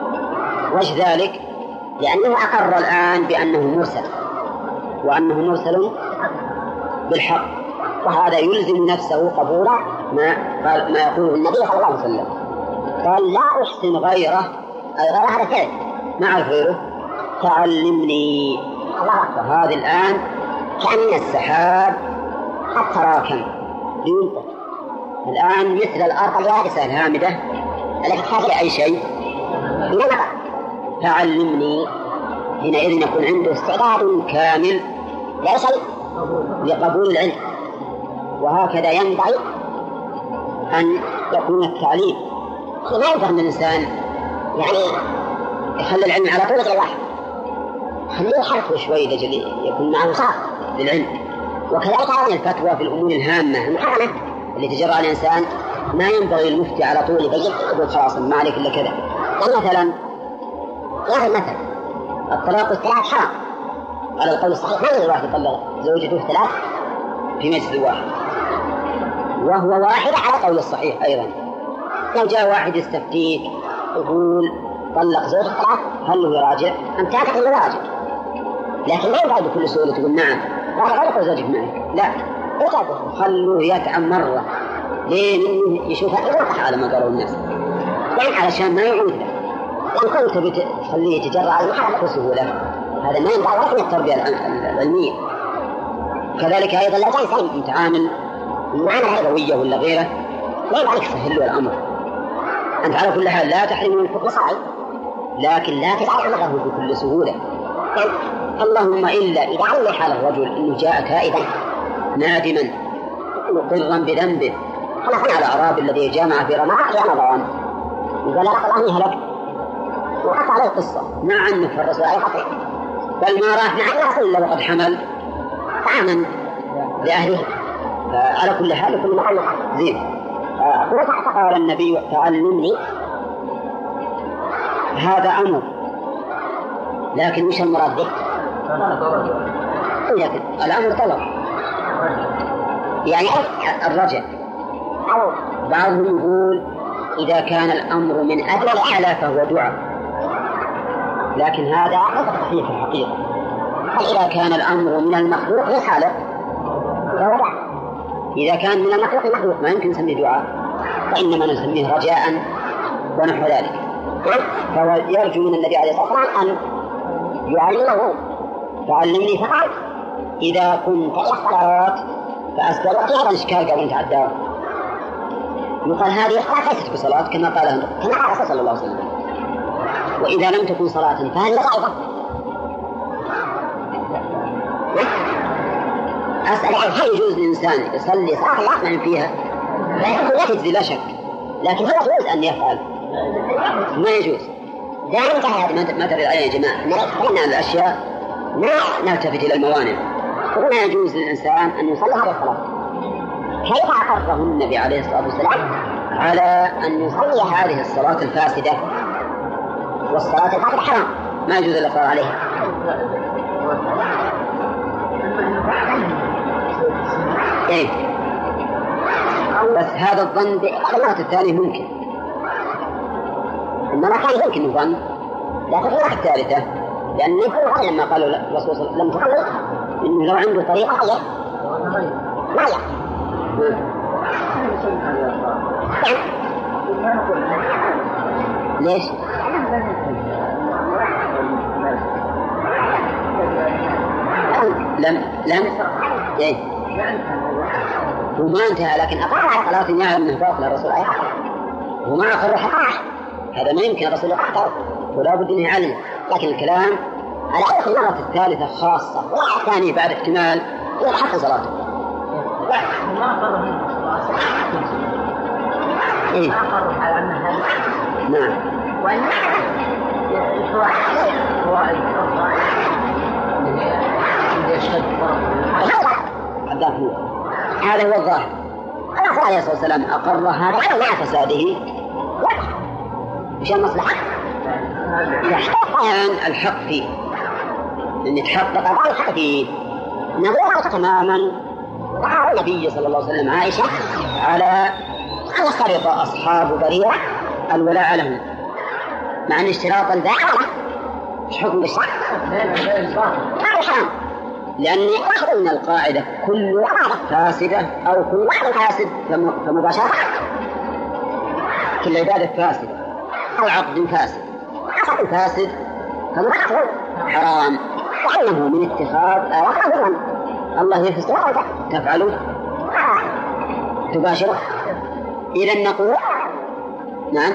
وجه ذلك لأنه أقر الآن بأنه مرسل وأنه مرسل بالحق، وهذا يلزم نفسه قبول ما قال ما يقوله النبي صلى الله عليه وسلم. قال لا أحسن غيره، أي غير هذا فعل مع غيره تعلمني. الله أكبر. هذه الآن كأن السحاب قد تراكم لينقط الآن مثل الأرض اليابسة الهامدة التي تحتاج لأي شيء لنظر. تعلمني حينئذ يكون عنده استعداد كامل لأي شيء لقبول العلم. وهكذا ينبغي أن يكون التعليم. ما ينفع من الإنسان يعني يخلي العلم على طول الواحد، خليه حرفه شوي لجل يكون معه صاف للعلم. وكذلك هذه الفتوى في الأمور الهامة المحرمة اللي تجرى الإنسان ما ينبغي المفتي على طول يبين يقول خلاص ما عليك إلا كذا. يعني مثلا ياخذ مثلا الطلاق الثلاث حرام على القول الصحيح، ما يجوز الواحد يطلق زوجته ثلاث في مجلس واحد، وهو واحد على قول الصحيح أيضا. لو جاء واحد يستفتيك يقول طلق زوجته ثلاث هل هو يراجع؟ أنت تعتقد أنه يراجع، لكن ما ينفع بكل سهولة تقول نعم راح أطلق زوجك معك. لا، اتعبه خلوه يتعب مرة لين يشوف يوقع على ما قالوا الناس. يعني علشان ما يعود له. إن كنت بتخليه يتجرع على المحرم بسهولة هذا ما ينفع ولا من التربية العلمية. كذلك أيضا لا تنسى متعامل معاملة ربوية ولا غيره لا يبقى عليك سهل له الأمر. أنت على كل حال لا تحرم من الحكم صعب لكن لا تجعل أمره بكل سهولة. يعني اللهم إلا إذا علم حال الرجل إنه جاء تائبا نادما مقرا بذنبه كما فعل الأعرابي الذي جامع في رمضان وقال لا أقل عني هلك وحكى عليه القصة مع أنه في الرسول عليه حقيقة بل ما راح مع أنه إلا وقد حمل طعاما لأهله. على كل حال كل محل زين. فقال النبي تعلمني هذا أمر لكن مش المراد به لكن الأمر طلب يعني الرجع. بعضهم يقول إذا كان الأمر من أجل الأعلى فهو دعاء لكن هذا صحيح في الحقيقة. إذا كان الأمر من المخلوق للخالق فهو دعاء. إذا كان من المخلوق المخلوق ما يمكن نسميه دعاء فإنما نسميه رجاء ونحو ذلك. فهو يرجو من النبي عليه الصلاة والسلام أن يعلمه تعلمني فقط إذا كنت إلى الصلاة فأسبر وقت هذا الإشكال قبل أن تعداه. يقال هذه الصلاة ليست بصلاة كما قال كما قال الرسول صلى الله عليه وسلم. وإذا لم تكن صلاة فهل غائبة؟ أسأل عن هل يجوز للإنسان يصلي صلاة لا يطمئن فيها لا تجزي لا شك لكن هل يجوز أن يفعل؟ ما يجوز. دائما انتهى هذه ما ترد علينا يا جماعة نرى الأشياء ما نلتفت إلى الموانع. وما يجوز للإنسان أن يصلي هذه الصلاة. كيف أقره النبي عليه الصلاة والسلام على أن يصلي هذه الصلاة الفاسدة والصلاة الفاسدة حرام ما يجوز الإقرار عليها. إيه بس هذا الظن بالمرة الثانية ممكن إنما كان يمكن الظن لا تفرق الثالثة لأن يقول لما قالوا الرسول صلى الله عليه وسلم لم تخلص إنه لو عنده طريقة غير ما يعرف ليش؟ لم لم إيه وما انتهى لكن أقر على قناة يعلم أنه باطل الرسول أي حق وما أقر حقه هذا ما يمكن الرسول يقر ولا بد أن يعلم. لكن الكلام على المرة الثالثة خاصة ولا الثانية بعد احتمال يلحق صلاته. إيه نعم وإن هذا هو الظاهر. الرسول عليه الصلاة والسلام أقر هذا على مع فساده مش المصلحة يحقق الحق فيه أن يتحقق على الحق فيه. نظرها تماما دعا النبي صلى الله عليه وسلم عائشة على أن يشترط أصحاب بريرة الولاء لهم مع أن اشتراط البيع مش حكم بالشرع هذا حرام لأن واحد من القاعدة كل عادة فاسدة أو كل واحد فاسد فمباشرة كل عبادة فاسدة أو عقد فاسد عقد فاسد فمباشرة حرام لأنه من اتخاذ آخر الله يفسد تفعله تباشره. إذا نقول نعم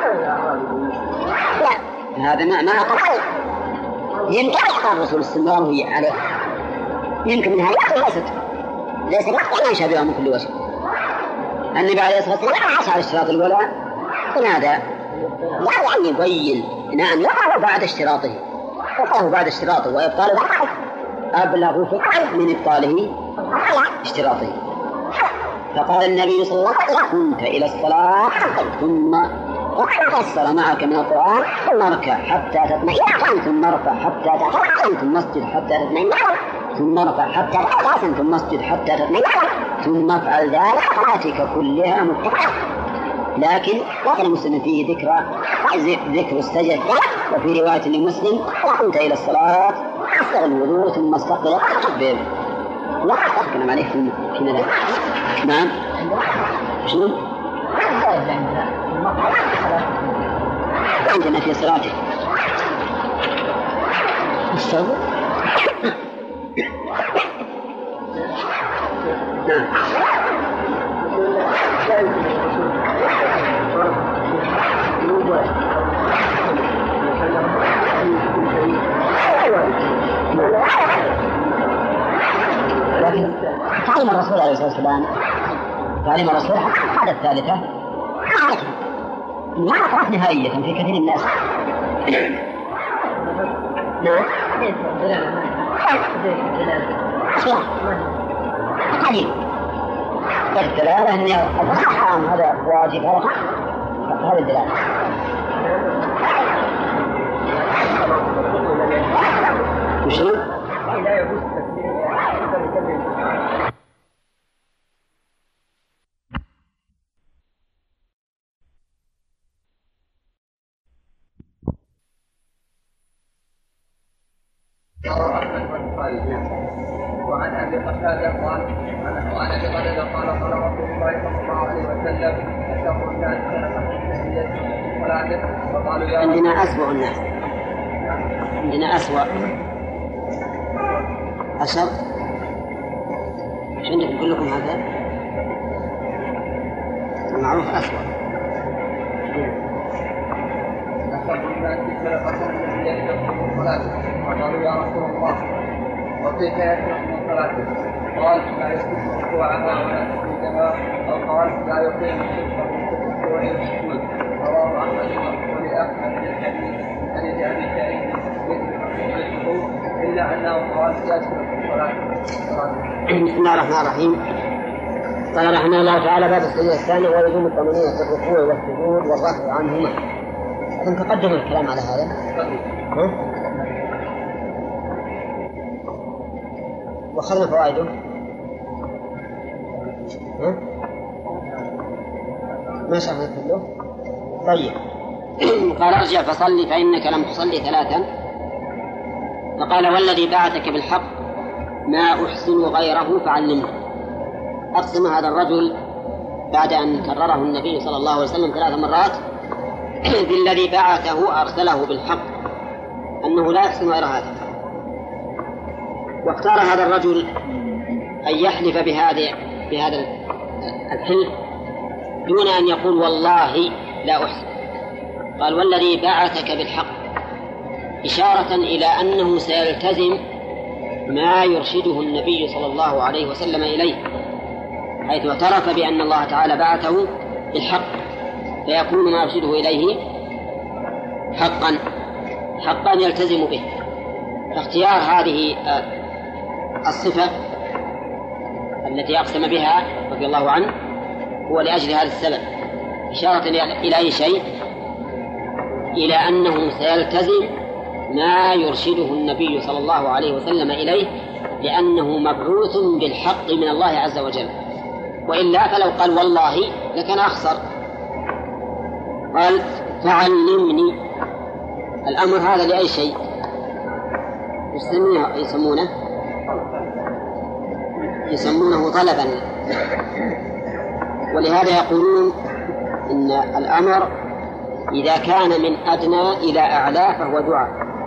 لا هذا ما ما أقل يمكن يقال الرسول استمرار هي عليه يمكن منها ليست ليست يعني شابهة من كل وجه. النبي عليه الصلاة والسلام عاش على اشتراط الولاء فماذا يعني يبين نعم يقع بعد اشتراطه وقعه بعد اشتراطه وإبطاله بعد أبلغ فقه من إبطاله اشتراطه. فقال النبي صلى الله عليه وسلم كنت إلى الصلاة ثم قصر معك من القرآن ثم اركع حتى تطمئن ثم ارفع حتى تحسن ثم اسجد حتى تطمئن ثم ارفع حتى تحسن ثم اسجد حتى تطمئن ثم افعل ذلك صلاتك كلها متقنة. لكن وكان مسلم فيه ذكر ذكر السجد وفي رواية لمسلم كنت إلى الصلاة أصدر الوضوء ثم استقبل التكبير لا أتكلم عليه في ندى. نعم شنو عندنا في صلاته الصبر. لكن تعلم الرسول عليه الصلاة والسلام تعلم الرسول حتى الثالثة لا أطرح نهائية في كثير من الناس. نعم قليل الدلالة أن الحرام هذا واجب هذا الدلالة. وشو؟ لا يجوز وعن ابي قتاده قال وعن ابي قتاده قال قال رسول الله صلى الله عليه وسلم اشر الناس صلاته وقالوا يا عندنا أسوأ الناس عندنا أسوأ أشر ايش عندكم كلكم هذا معروف أسوأ اشر الناس صلاته وقالوا يا رسول الله وكيف يكون من صلاته؟ قال لا يكون ركوعها ولا سجودها او قال لا يقيم الشرك من الركوع والسجود. رواه احمد ولاحمد من الحديث عن ابي سعيد الا انه قال يسلك الصلاه. بسم الله الرحمن الرحيم. قال رحمه الله تعالى باب السجود الثاني ويلزم الطمأنينة في الركوع والسجود والرفع عنهما. كنت تقدم الكلام على هذا؟ ها؟ وأخذنا فوائده. ها؟ ما شرحنا كله. طيب. قال ارجع فصلي فإنك لم تصلي ثلاثا. فقال والذي بعثك بالحق ما أحسن غيره فعلمني. أقسم هذا الرجل بعد أن كرره النبي صلى الله عليه وسلم ثلاث مرات بالذي بعثه أرسله بالحق أنه لا يحسن غير هذا. واختار هذا الرجل أن يحلف بهذا بهذا الحلف دون أن يقول والله لا أحسن. قال والذي بعثك بالحق إشارة إلى أنه سيلتزم ما يرشده النبي صلى الله عليه وسلم إليه، حيث اعترف بأن الله تعالى بعثه بالحق فيكون ما يرشده إليه حقا حقا يلتزم به. فاختيار هذه الصفة التي أقسم بها رضي الله عنه هو لأجل هذا السبب، إشارة إلى أي شيء؟ إلى أنه سيلتزم ما يرشده النبي صلى الله عليه وسلم إليه، لأنه مبعوث بالحق من الله عز وجل، وإلا فلو قال والله لكان أخسر. قال فعلمني. الأمر هذا لأي شيء يسمونه يسمونه طلبا، ولهذا يقولون إن الأمر إذا كان من أدنى إلى أعلى فهو دعاء،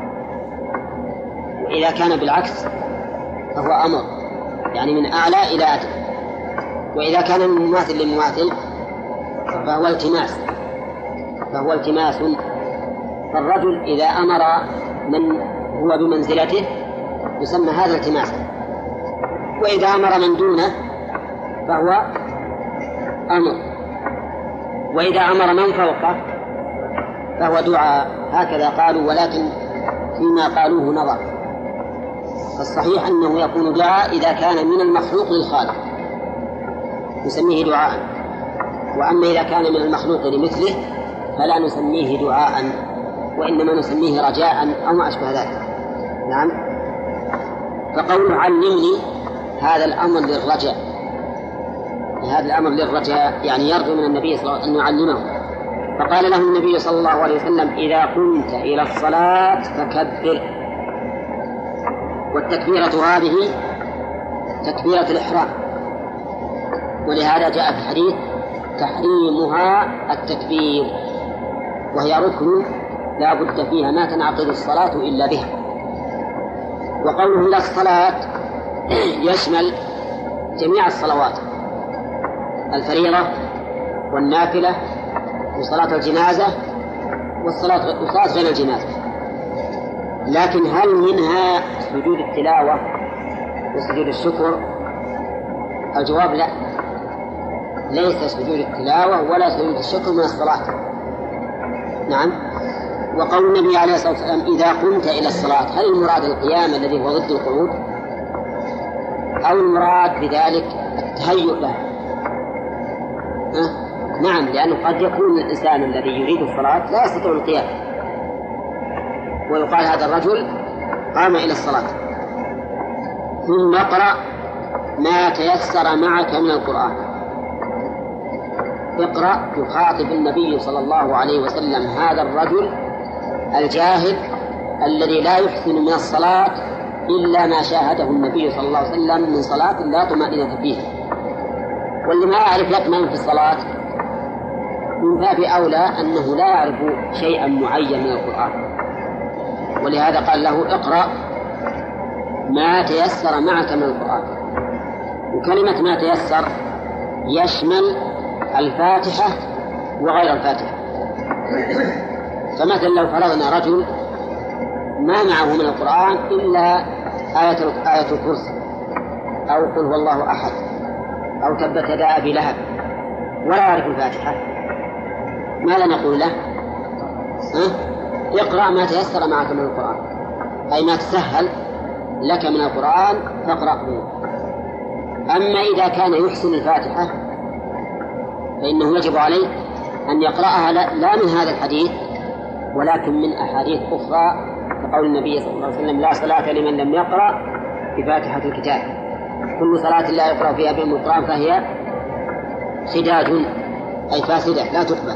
وإذا كان بالعكس فهو أمر، يعني من أعلى إلى أدنى. وإذا كان من مماثل لمماثل فهو التماس فهو التماس فالرجل إذا أمر من هو بمنزلته يسمى هذا التماسا، وإذا أمر من دونه فهو أمر، وإذا أمر من فوقه فهو دعاء. هكذا قالوا، ولكن فيما قالوه نظر. فالصحيح أنه يكون دعاء إذا كان من المخلوق للخالق نسميه دعاء، وأما إذا كان من المخلوق لمثله فلا نسميه دعاء، وإنما نسميه رجاء أو ما أشبه ذلك. نعم. فقوله علمني هذا الأمر للرجاء، هذا الأمر للرجاء يعني يرجو من النبي صلى الله عليه وسلم أن يعلمه. فقال له النبي صلى الله عليه وسلم إذا قمت إلى الصلاة فكبر. والتكبيرة هذه تكبيرة الإحرام، ولهذا جاء في الحديث تحريمها التكبير، وهي ركن لا بد فيها ما تنعقد الصلاة إلا بها. وقوله إلى الصلاة يشمل جميع الصلوات، الفريضة والنافلة وصلاة الجنازة والصلاة وصلاة غير الجنازة. لكن هل منها سجود التلاوة وسجود الشكر؟ الجواب لا، ليس سجود التلاوة ولا سجود الشكر من الصلاة. نعم. وقول النبي عليه الصلاة والسلام إذا قمت إلى الصلاة، هل المراد القيام الذي هو ضد القعود، أو المراد بذلك التهيؤ له؟ أه؟ نعم، لأنه قد يكون الإنسان الذي يريد الصلاة لا يستطيع القيام، ويقال هذا الرجل قام إلى الصلاة. ثم اقرأ ما تيسر معك من القرآن. اقرأ يخاطب النبي صلى الله عليه وسلم هذا الرجل الجاهل الذي لا يحسن من الصلاة إلا ما شاهده النبي صلى الله عليه وسلم من صلاة لا طمأنينة فيها، واللي ما يعرف يطمئن في الصلاة من باب أولى أنه لا يعرف شيئا معين من القرآن. ولهذا قال له اقرأ ما تيسر معك من القرآن. وكلمة ما تيسر يشمل الفاتحة وغير الفاتحة. فمثلا لو فرضنا رجل ما معه من القرآن إلا آية آية الكرسي أو قل هو الله أحد أو تبت يدا أبي لهب ولا يعرف الفاتحة، ماذا نقول له؟ أه؟ اقرأ ما تيسر معك من القرآن، أي ما تسهل لك من القرآن فاقرأ به. أما إذا كان يحسن الفاتحة فإنه يجب عليه أن يقرأها لا من هذا الحديث ولكن من أحاديث أخرى، كقول النبي صلى الله عليه وسلم لا صلاة لمن لم يقرأ بفاتحة الكتاب، كل صلاة لا يقرأ فيها بأم القرآن فهي خداج أي فاسدة لا تقبل.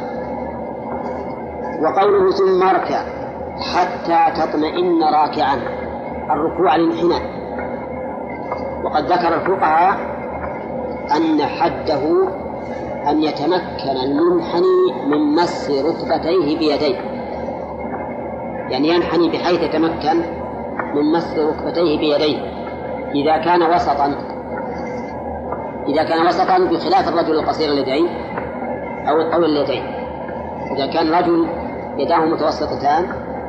وقوله ثم اركع حتى تطمئن راكعا، الركوع الانحناء. وقد ذكر الفقهاء أن حده أن يتمكن المنحني من مس ركبتيه بيديه، يعني ينحني بحيث يتمكن من مس ركبتيه بيديه إذا كان وسطا إذا كان وسطا بخلاف الرجل القصير اليدين أو الطويل اليدين. إذا كان رجل يداه متوسطتان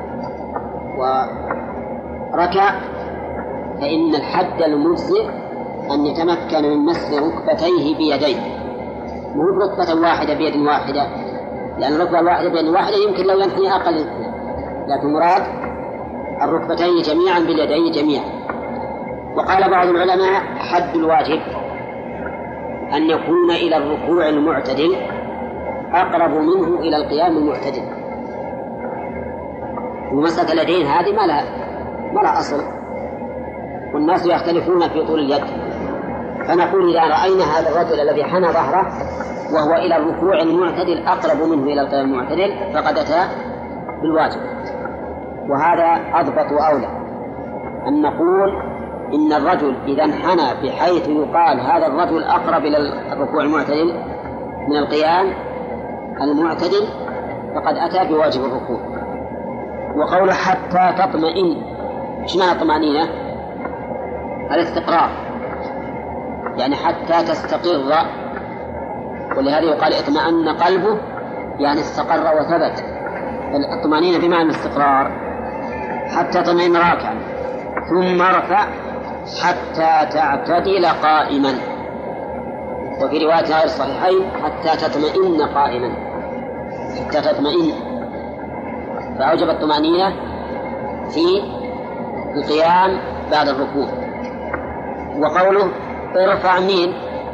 وركع فإن الحد المجزئ أن يتمكن من مس ركبتيه بيديه، مو بركبة واحدة بيد واحدة، لأن الركبة الواحدة بيد واحدة يمكن لو ينحني أقل، لكن مراد الركبتين جميعا باليدين جميعا. وقال بعض العلماء حد الواجب أن يكون إلى الركوع المعتدل أقرب منه إلى القيام المعتدل. ومسألة اليدين هذه ما لها ما لها أصل، والناس يختلفون في طول اليد. فنقول إذا رأينا هذا الرجل الذي حنى ظهره وهو إلى الركوع المعتدل أقرب منه إلى القيام المعتدل فقد أتى بالواجب. وهذا أضبط وأولى أن نقول إن الرجل إذا انحنى بحيث يقال هذا الرجل أقرب إلى الركوع المعتدل من القيام المعتدل فقد أتى بواجب الركوع. وقول حتى تطمئن، ايش معنى الطمأنينة؟ الاستقرار، يعني حتى تستقر، ولهذا يقال اطمأن قلبه يعني استقر وثبت. الطمأنينة بمعنى الاستقرار. حتى تطمئن راكعا ثم ارفع حتى تعتدل قائما، وفي رواية غير الصحيحين حتى تطمئن قائما، حتى تطمئن، فأوجب الطمأنينة في القيام بعد الركوع. وقوله ارفع مين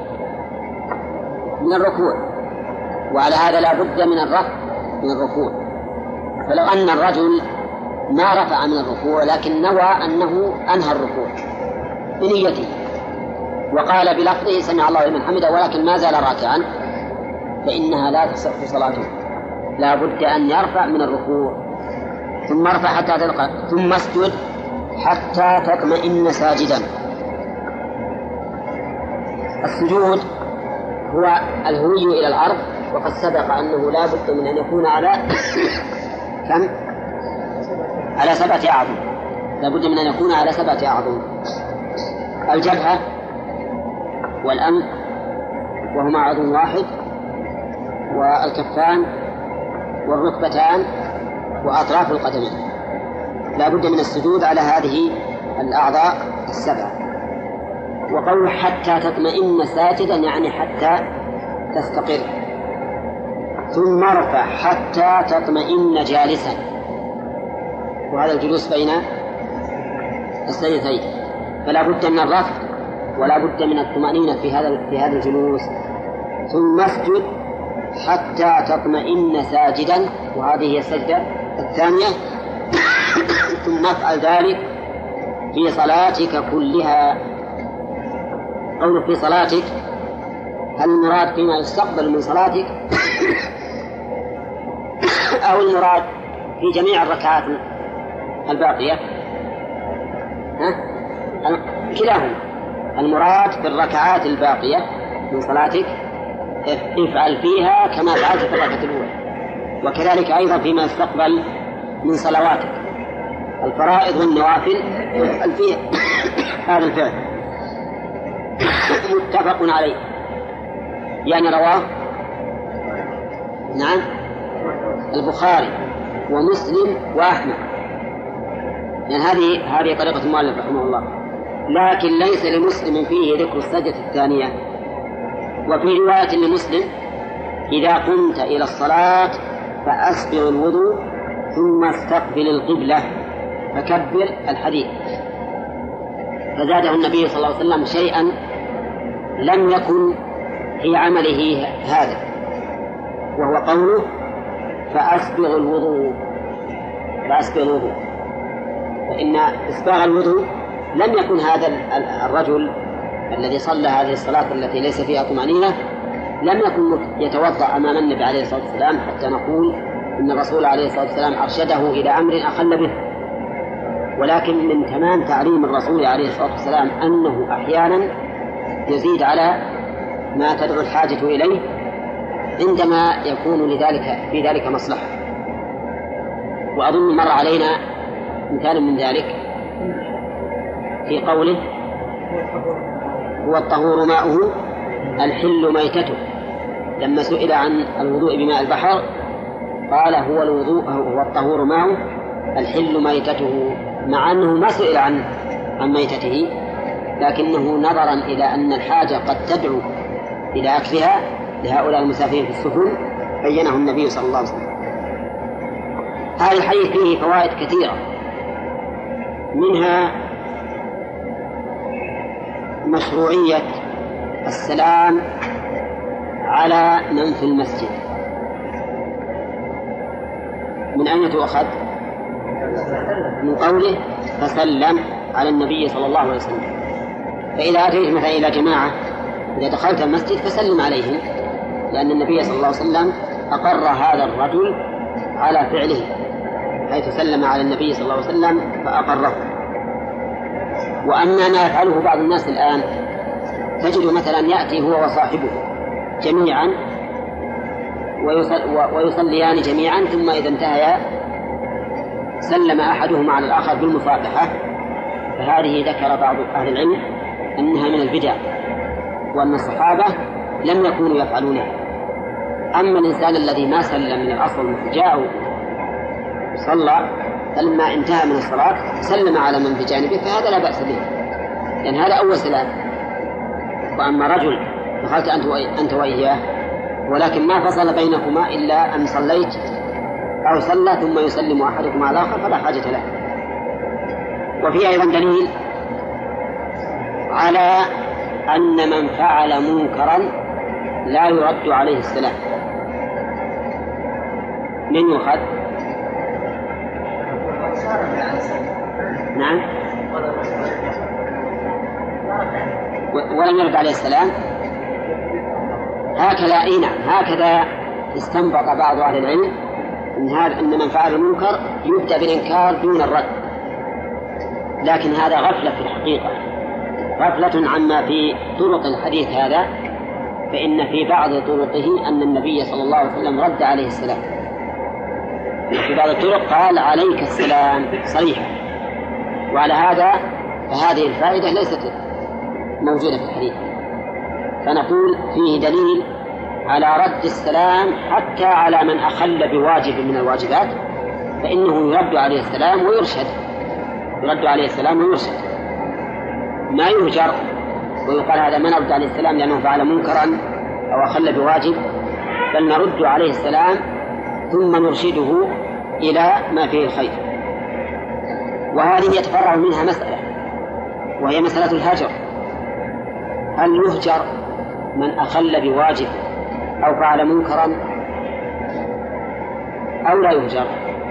من الركوع، وعلى هذا لا بد من الرفع من الركوع. فلو أن الرجل ما رفع من الركوع لكن نوى أنه أنهى الركوع بنيته وقال بلفظه سمع الله لمن حمده ولكن ما زال راكعا فإنها لا تصح صلاته، لا بد أن يرفع من الركوع. ثم ارفع حتى تلقى ثم اسجد حتى تطمئن ساجدا. السجود هو الهوي إلى الأرض، وقد سبق أنه لا بد من أن يكون على كم؟ على سبعة أعظم، لا بد من أن يكون على سبعة أعظم: الجبهة والأنف وهما عضو واحد، والكفان والركبتان وأطراف القدمين. لا بد من السجود على هذه الأعضاء السبعة. وقوله حتى تطمئن ساجدا يعني حتى تستقر، ثم ارفع حتى تطمئن جالسا، وهذا الجلوس بين السجدتين، فلا بد من الرفع ولا بد من الطمأنينة في هذا في هذا الجلوس. ثم اسجد حتى تطمئن ساجدا، وهذه هي السجدة الثانية. ثم افعل ذلك في صلاتك كلها. قوله في صلاتك، هل المراد فيما يستقبل من صلاتك أو المراد في جميع الركعات الباقية؟ ها؟ كلاهما. المراد في الركعات الباقية من صلاتك افعل فيها كما فعلت في الركعة الأولى، وكذلك أيضا فيما يستقبل من صلواتك الفرائض والنوافل افعل فيها هذا الفعل. متفق عليه، يعني رواه نعم البخاري ومسلم وأحمد، يعني هذه هذه طريقة المؤلف رحمه الله. لكن ليس لمسلم فيه ذكر السجدة الثانية. وفي رواية لمسلم: إذا قمت إلى الصلاة فأسبغ الوضوء ثم استقبل القبلة فكبر الحديث. فزاده النبي صلى الله عليه وسلم شيئا لم يكن في عمله هذا، وهو قوله فأسبغ الوضوء. فأسبغ الوضوء، فإن إسباغ الوضوء لم يكن هذا الرجل الذي صلى هذه الصلاة التي ليس فيها طمأنينة لم يكن يتوضأ أمام النبي عليه الصلاة والسلام حتى نقول إن الرسول عليه الصلاة والسلام أرشده إلى أمر أخل به. ولكن من تمام تعليم الرسول عليه الصلاة والسلام أنه أحيانا يزيد على ما تدعو الحاجة إليه عندما يكون لذلك في ذلك مصلحة. وأظن مر علينا مثال من ذلك في قوله: هو الطهور ماؤه الحل ميتته. لما سئل عن الوضوء بماء البحر قال: هو الوضوء هو الطهور ماؤه الحل ميتته، مع أنه ما سئل عن عن ميتته، لكنه نظرا إلى أن الحاجة قد تدعو إلى أكلها لهؤلاء المسافرين في السفن بينه النبي صلى الله عليه وسلم. هذا الحديث فيه فوائد كثيرة، منها مشروعية السلام على من في المسجد. من أين تؤخذ؟ من قوله فسلم على النبي صلى الله عليه وسلم. فإذا أتيت مثلا إلى جماعة إذا دخلت المسجد فسلم عليهم، لأن النبي صلى الله عليه وسلم أقر هذا الرجل على فعله، حيث سلم على النبي صلى الله عليه وسلم فأقره. وأما ما يفعله بعض الناس الآن، تجد مثلا يأتي هو وصاحبه جميعا ويصليان جميعا، ثم إذا انتهيا سلم أحدهما على الآخر بالمصافحة. فهذه ذكر بعض أهل العلم أنها من البدع، وأن الصحابة لم يكونوا يفعلونها. أما الإنسان الذي ما سلم من الأصل جاء وصلى فلما انتهى من الصلاة سلم على من بجانبه، فهذا لا بأس به، لأن هذا أول سلام. وأما رجل دخلت أنت وإياه ولكن ما فصل بينكما إلا أن صليت أو صلى ثم يسلم أحدكما على الآخر فلا حاجة له. وفي أيضا دليل على أن من فعل منكرا لا يرد عليه السلام. من يؤخذ؟ نعم، ولم يرد عليه السلام. هكذا إيه نعم هكذا استنبط بعض أهل العلم إن هذا أن من فعل المنكر يبدأ بالإنكار دون الرد، لكن هذا غفلة في الحقيقة، غفلة عما في طرق الحديث هذا، فإن في بعض طرقه أن النبي صلى الله عليه وسلم رد عليه السلام، في بعض الطرق قال عليك السلام صريحا. وعلى هذا فهذه الفائدة ليست موجودة في الحديث، فنقول فيه دليل على رد السلام حتى على من أخل بواجب من الواجبات، فإنه يرد عليه السلام ويرشد، يرد عليه السلام ويرشد، ما يهجر ويقال هذا من رد عليه السلام لأنه فعل منكرا أو أخل بواجب، بل نرد عليه السلام ثم نرشده إلى ما فيه الخير. وهذه يتفرع منها مسألة، وهي مسألة الهجر. هل يهجر من أخل بواجب أو فعل منكرا أو لا يهجر؟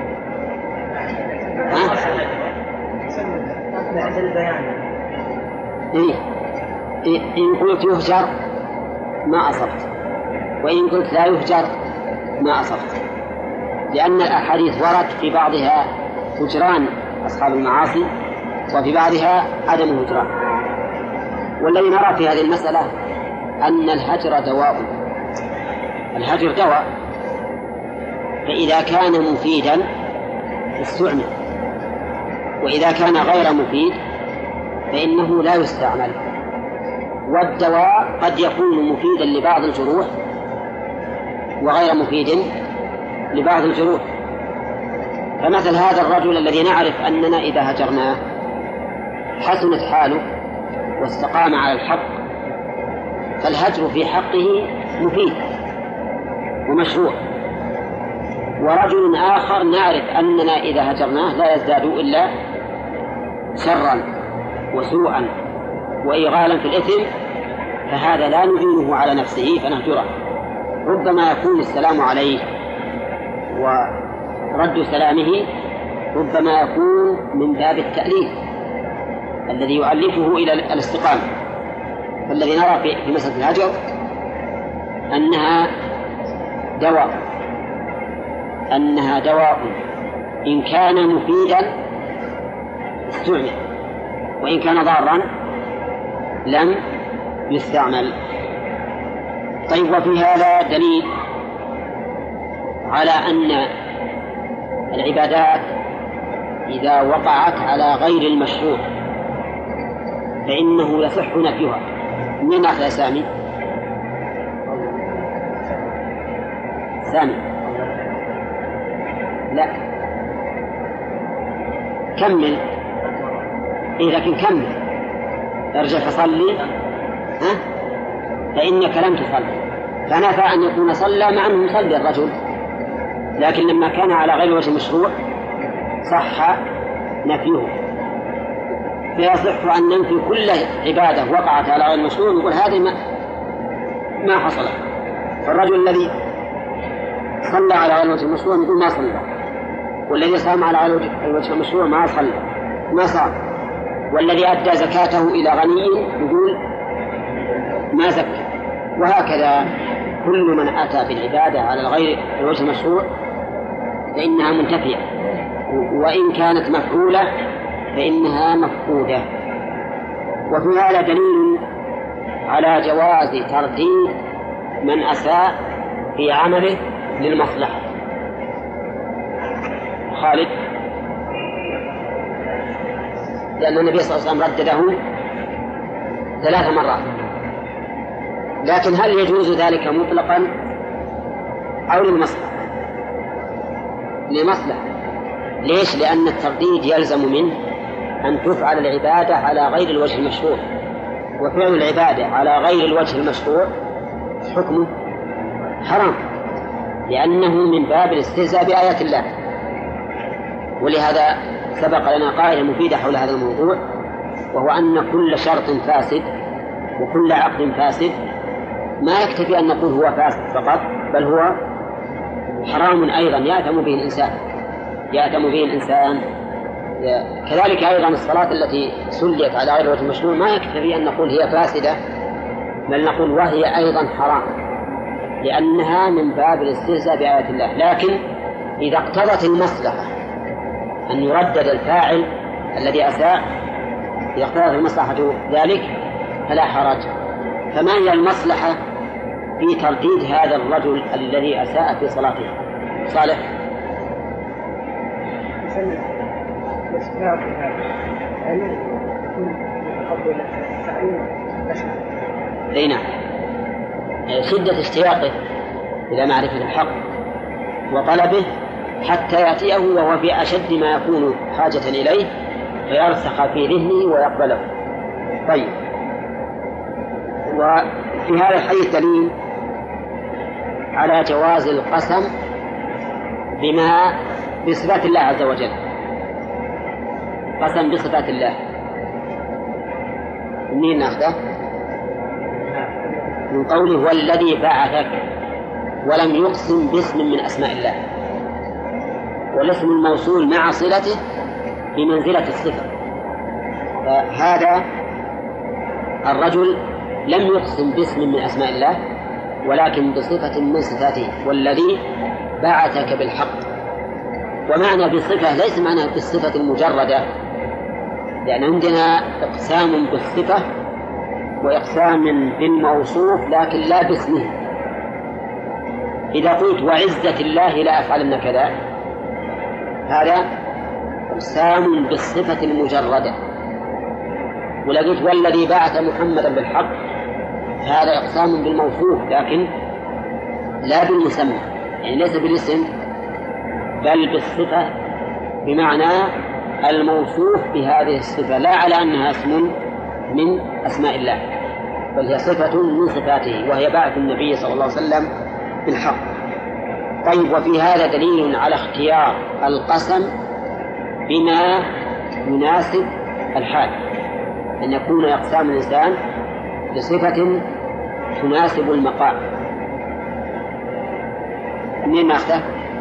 إيه؟ إن قلت يهجر ما أصبت، وإن قلت لا يهجر ما أصبت، لأن الأحاديث ورد في بعضها هجران أصحاب المعاصي وفي بعضها عدم هجران. والذي نرى في هذه المسألة أن الهجر دواء، الهجر دواء، فإذا كان مفيدا استعمل، وإذا كان غير مفيد فإنه لا يستعمل. والدواء قد يكون مفيدا لبعض الجروح وغير مفيد لبعض الجروح. فمثل هذا الرجل الذي نعرف أننا إذا هجرناه حسنت حاله واستقام على الحق، فالهجر في حقه مفيد ومشروع. ورجل آخر نعرف أننا إذا هجرناه لا يزداد إلا شرا وسوءا وإغالا في الإثم، فهذا لا نعينه على نفسه فنهجره. ربما يكون السلام عليه ورد سلامه ربما يكون من باب التأليف الذي يؤلفه إلى الاستقامة. فالذي نرى في مسألة الهجر أنها دواء، أنها دواء إن كان مفيدا استعمل، وإن كان ضارا لم يستعمل. طيب، وفي هذا دليل على أن العبادات إذا وقعت على غير المشروع فإنه يصح نفيها. من أخذ سامي؟ سامي لا كمل. إيه لكن كمل، ارجع فصلي، ها؟ فإنك لم تصلي، فنفى أن يكون صلى مع أنه يصلي الرجل، لكن لما كان على غير وجه مشروع صح نفيه. فيصح أن ننفي كل عبادة وقعت على غير مشروع نقول هذه ما, ما حصل. فالرجل الذي صلى على غير وجه مشروع نقول ما صلى، والذي صام على غير وجه مشروع ما صلى ما صام، والذي أدى زكاته إلى غني نقول ما زكى. وهكذا كل من أتى بالعبادة على غير الوجه المشروع فإنها منتفية، وإن كانت مفعولة فإنها مفقودة. وفي هذا دليل على جواز ترديد من أساء في عمله للمصلحة. خالد، لأن النبي صلى الله عليه وسلم ردده ثلاث مرات، لكن هل يجوز ذلك مطلقا أو للمصلحة؟ لمصلحة. ليش؟ لأن الترديد يلزم منه أن تفعل العبادة على غير الوجه المشروع، وفعل العبادة على غير الوجه المشروع حكمه حرام، لأنه من باب الاستهزاء بآيات الله. ولهذا سبق لنا قاعدة مفيدة حول هذا الموضوع، وهو أن كل شرط فاسد وكل عقد فاسد ما يكتفي أن نقول هو فاسد فقط، بل هو حرام أيضا يأثم به الإنسان يأثم به الإنسان كذلك أيضا الصلاة التي سليت على غير وجه المشروع ما يكتفي أن نقول هي فاسدة، بل نقول وهي أيضا حرام، لأنها من باب الاستهزاء بآيات الله. لكن إذا اقتضت المصلحة أن يردد الفاعل الذي أساء، إذا اقتضت المصلحة ذلك فلا حرج. فما هي المصلحة في ترديد هذا الرجل الذي أساء في صلاته. صالح. اي نعم، شدة اشتياقه إلى معرفة الحق وطلبه حتى يأتيه وهو في أشد ما يكون حاجة إليه فيرسخ في ذهنه ويقبله. طيب، وفي هذا الحديث دليل على جواز القسم بما بصفات الله عز وجل، قسم بصفات الله. منين ناخذه؟ من قوله والذي بعثك، ولم يقسم باسم من أسماء الله، والاسم الموصول مع صلته بمنزلة الصفة. فهذا الرجل لم يقسم باسم من أسماء الله ولكن بصفة من صفاته، والذي بعثك بالحق. ومعنى بصفة ليس معنى بالصفة المجردة، لأن عندنا إقسام بالصفة وإقسام بالموصوف لكن لا باسمه. إذا قلت وعزة الله لا أفعلن كذا، هذا إقسام بالصفة المجردة. ولا قلت والذي بعث محمدا بالحق، هذا إقسام بالموصوف لكن لا بالمسمى، يعني ليس بالاسم بل بالصفة، بمعنى الموصوف بهذه الصفة لا على أنها اسم من أسماء الله، بل هي صفة من صفاته وهي بعث النبي صلى الله عليه وسلم بالحق. طيب، وفي هذا دليل على اختيار القسم بما يناسب الحال، أن يكون إقسام الإنسان بصفة تناسب المقام. منين ناخذه؟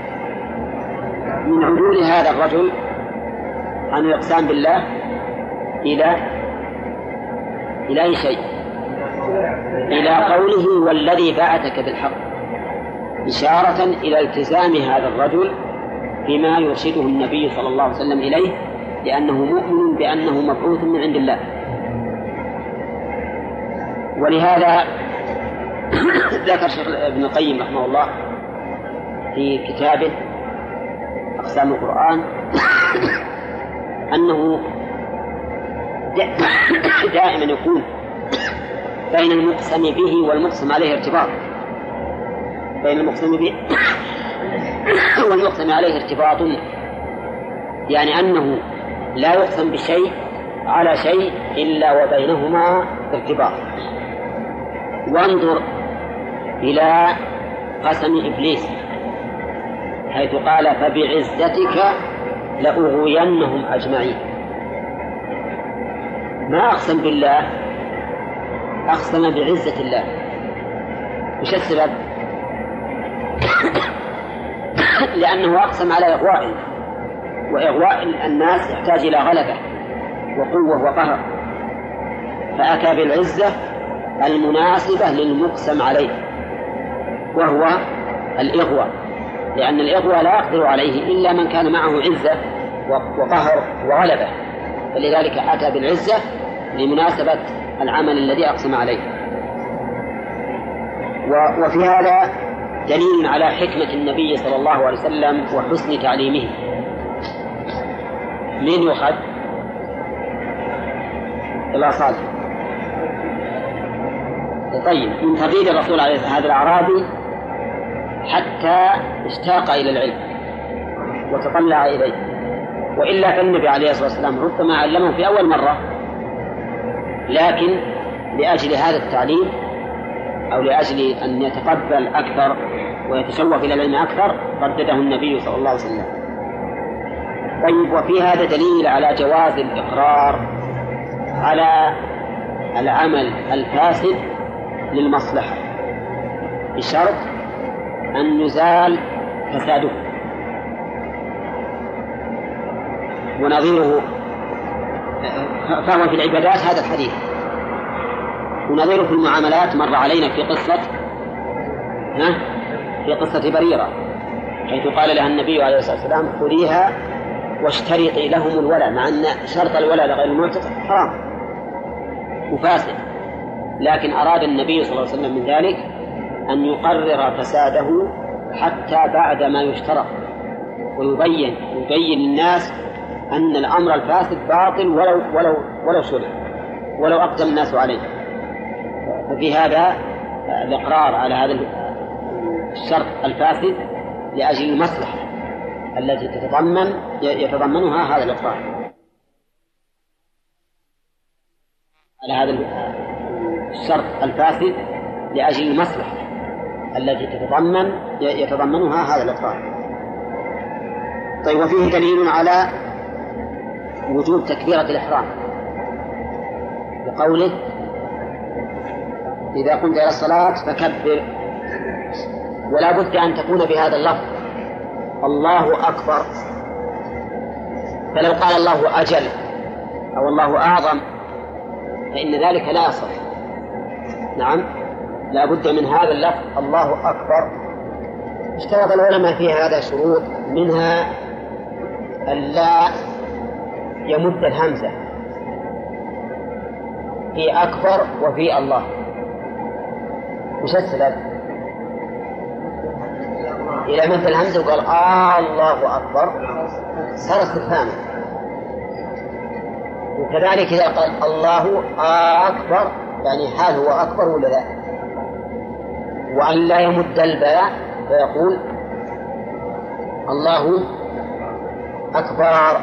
من عدول هذا الرجل عن الإقسام بالله إلى إلى أي شيء؟ إلى قوله والذي بعثك بالحق، إشارة إلى التزام هذا الرجل بما يرشده النبي صلى الله عليه وسلم إليه، لأنه مؤمن بأنه مبعوث من عند الله. ولهذا ذكر شيخ ابن القيم رحمه الله في كتابه أقسام القرآن أنه دائما يكون بين المقسم به والمقسم عليه ارتباط، بين المقسم به والمقسم عليه ارتباط، يعني أنه لا يقسم بشيء على شيء إلا وبينهما ارتباط. وانظر إلى قسم إبليس حيث قال فبعزتك لأغوينهم أجمعين. ما أقسم بالله، أقسم بعزة الله. وش السبب؟ لأنه أقسم على إغوائه، وإغواء الناس يحتاج إلى غلبة وقوة وقهر، فأتى بالعزة المناسبة للمقسم عليه وهو الإغواء، لأن الإغواء لا يقدر عليه إلا من كان معه عزة وقهر وغلبة، فلذلك أتى بالعزة لمناسبة العمل الذي أقسم عليه. وفي هذا دليل على حكمة النبي صلى الله عليه وسلم وحسن تعليمه. من يؤخذ؟ إلا صالح. طيب، من ترديد الرسول عليه هذا الأعرابي حتى اشتاق إلى العلم وتطلع إليه، وإلا فالنبي عليه الصلاة والسلام ربما علمه في أول مرة، لكن لأجل هذا التعليم أو لأجل أن يتقبل أكثر ويتشوف إلى العلم أكثر ردده النبي صلى الله عليه وسلم. طيب، وفي هذا دليل على جواز الإقرار على العمل الفاسد للمصلحة بشرط أن يزال فساده. ونظيره فهو في العبادات هذا الحديث، ونظيره في المعاملات مر علينا في قصة ها في قصة بريرة حيث قال لها النبي عليه الصلاة والسلام خذيها واشترطي لهم الولاء، مع أن شرط الولاء لغير المعتق حرام وفاسد، لكن أراد النبي صلى الله عليه وسلم من ذلك أن يقرر فساده حتى بعد ما يشترط، ويبين يبين للناس أن الأمر الفاسد باطل ولو ولو ولو شرع ولو أقدم الناس عليه. ففي هذا الإقرار على هذا الشرط الفاسد لأجل المصلحة التي تتضمن يتضمنها هذا الإقرار على هذا الشرط الفاسد لأجل المصلحة التي تتضمن يتضمنها هذا الإقرار. طيب، وفيه دليل على وجوب تكبيرة الإحرام بقوله إذا قمت إلى الصلاة فكبر، ولا بد أن تكون بهذا اللفظ الله أكبر. فلو قال الله أجل أو الله أعظم فإن ذلك لا يصح. نعم، لا بد من هذا اللفظ الله أكبر. اشترط العلماء في هذا شروط، منها ألا يمد الهمزة في أكبر وفي الله. وش السبب؟ إذا مد الهمزة وقال آه الله أكبر صار استفهاما، وكذلك إذا قال الله أكبر يعني حال هو أكبر ولا لا. وأن لا يمد الباء فيقول الله أكبر.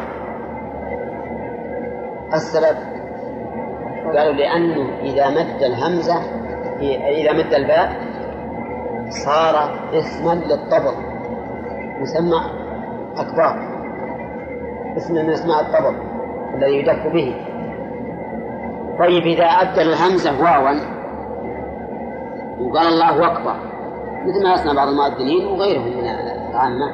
السبب قالوا لأنه إذا مد الهمزة إذا مد الباء صار اسما للطبل يسمى أكبر، اسم من اسماء الطبل الذي يدف به. طيب، إذا أبدل الهمزة واوا وقال الله أكبر مثل ما يصنع بعض المؤذنين وغيرهم من العامة،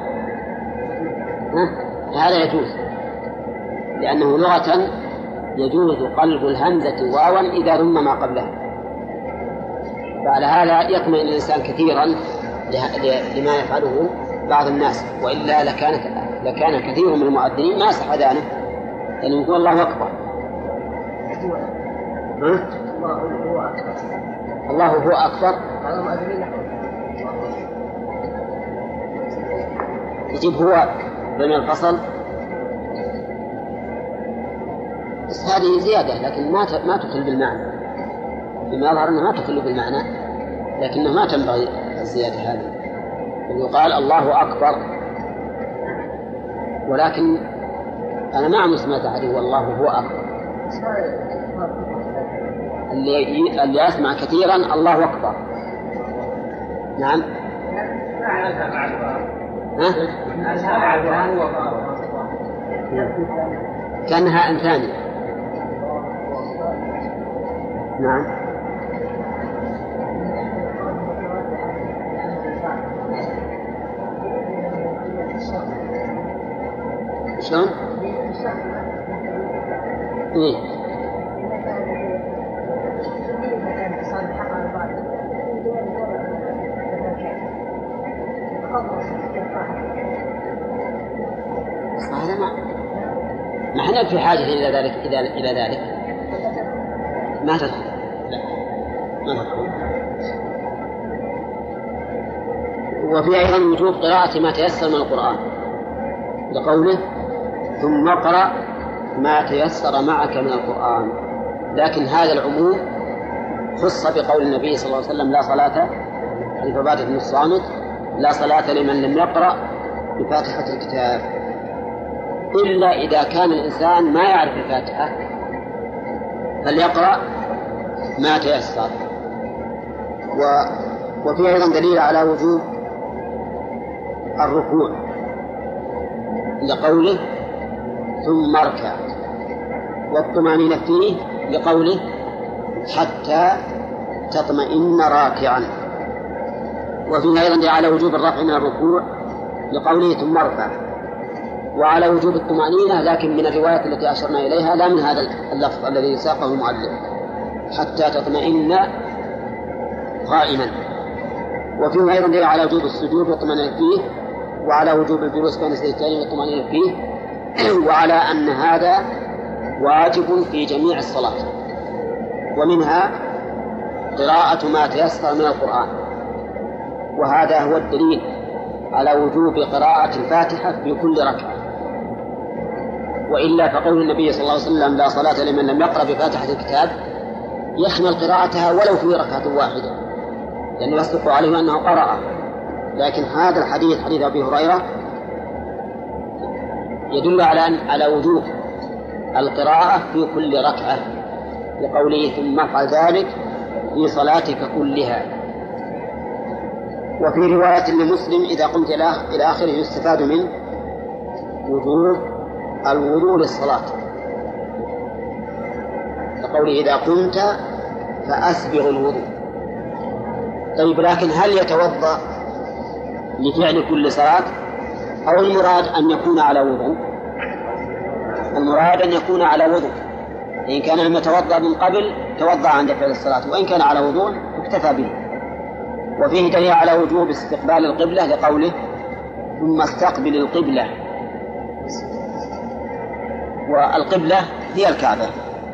هذا يجوز، لأنه لغة يجوز قلب الهمزة واوا إذا ضم ما قبلها. فعلى هذا يطمئن الإنسان كثيرا لما يفعله بعض الناس، وإلا لكانت لكان كثير من المؤذنين ما صح أذانه لأنه يقول الله أكبر. ها؟ الله هو أكبر. يجيب هو بين الفصل، بس هذه زيادة لكن ما ما تدخل بالمعنى، بما يظهر أنها ما تدخل بالمعنى، لكنه ما تنبغي الزيادة هذه. يقال الله أكبر، ولكن أنا ما عمري سمعت أحد يقول الله هو أكبر. اللي اللي يسمع كثيرا الله أكبر. نعم. ها؟ كأنها أن ثانية. نعم. شلون؟ إيه؟ هذا ما ما احنا في حاجة إلى ذلك إلى إلى ذلك ما تدخل. لا ما تدخل. وفي أيضا وجوب قراءة ما تيسر من القرآن لقوله ثم اقرأ ما تيسر معك من القرآن، لكن هذا العموم خص بقول النبي صلى الله عليه وسلم لا صلاة حديث عبادة بن الصامت لا صلاة لمن لم يقرأ بفاتحة الكتاب، إلا إذا كان الإنسان ما يعرف الفاتحة فليقرأ ما تيسر. و... وفي أيضا دليل على وجوب الركوع لقوله ثم اركع، والطمأنينة فيه لقوله حتى تطمئن راكعا. وفيه أيضا دليل على وجوب الرفع من الركوع لقوله ثم ارفع، وعلى وجوب الطمأنينة لكن من الروايات التي أشرنا إليها لا من هذا اللفظ الذي ساقه المؤلف حتى تطمئن قائما. وفيه أيضا دليل على وجوب السجود والطمأنينة فيه، وعلى وجوب الجلوس بين السجدتين والطمأنينة فيه، وعلى أن هذا واجب في جميع الصلاة. ومنها قراءة ما تيسر من القرآن وهذا هو الدليل على وجوب قراءة الفاتحة في كل ركعة. وإلا فقول النبي صلى الله عليه وسلم لا صلاة لمن لم يقرأ بفاتحة الكتاب يشمل قراءتها ولو في ركعة واحدة، لأنه يصدق عليه أنه قرأ. لكن هذا الحديث حديث أبي هريرة يدل على على وجوب القراءة في كل ركعة، لقوله ثم افعل ذلك في صلاتك كلها. وفي رواية لمسلم إذا قمت إلى آخره يستفاد منه وجوب الوضوء للصلاة، لقوله إذا قمت فأسبغ الوضوء. طيب لكن هل يتوضأ لفعل كل صلاة أو المراد أن يكون على وضوء؟ المراد أن يكون على وضوء، إن كان لم يتوضأ من قبل توضأ عند فعل الصلاة، وإن كان على وضوء اكتفى به. وفيه دليل على وجوب استقبال القبلة لقوله ثم استقبل القبلة، والقبلة هي الكعبة.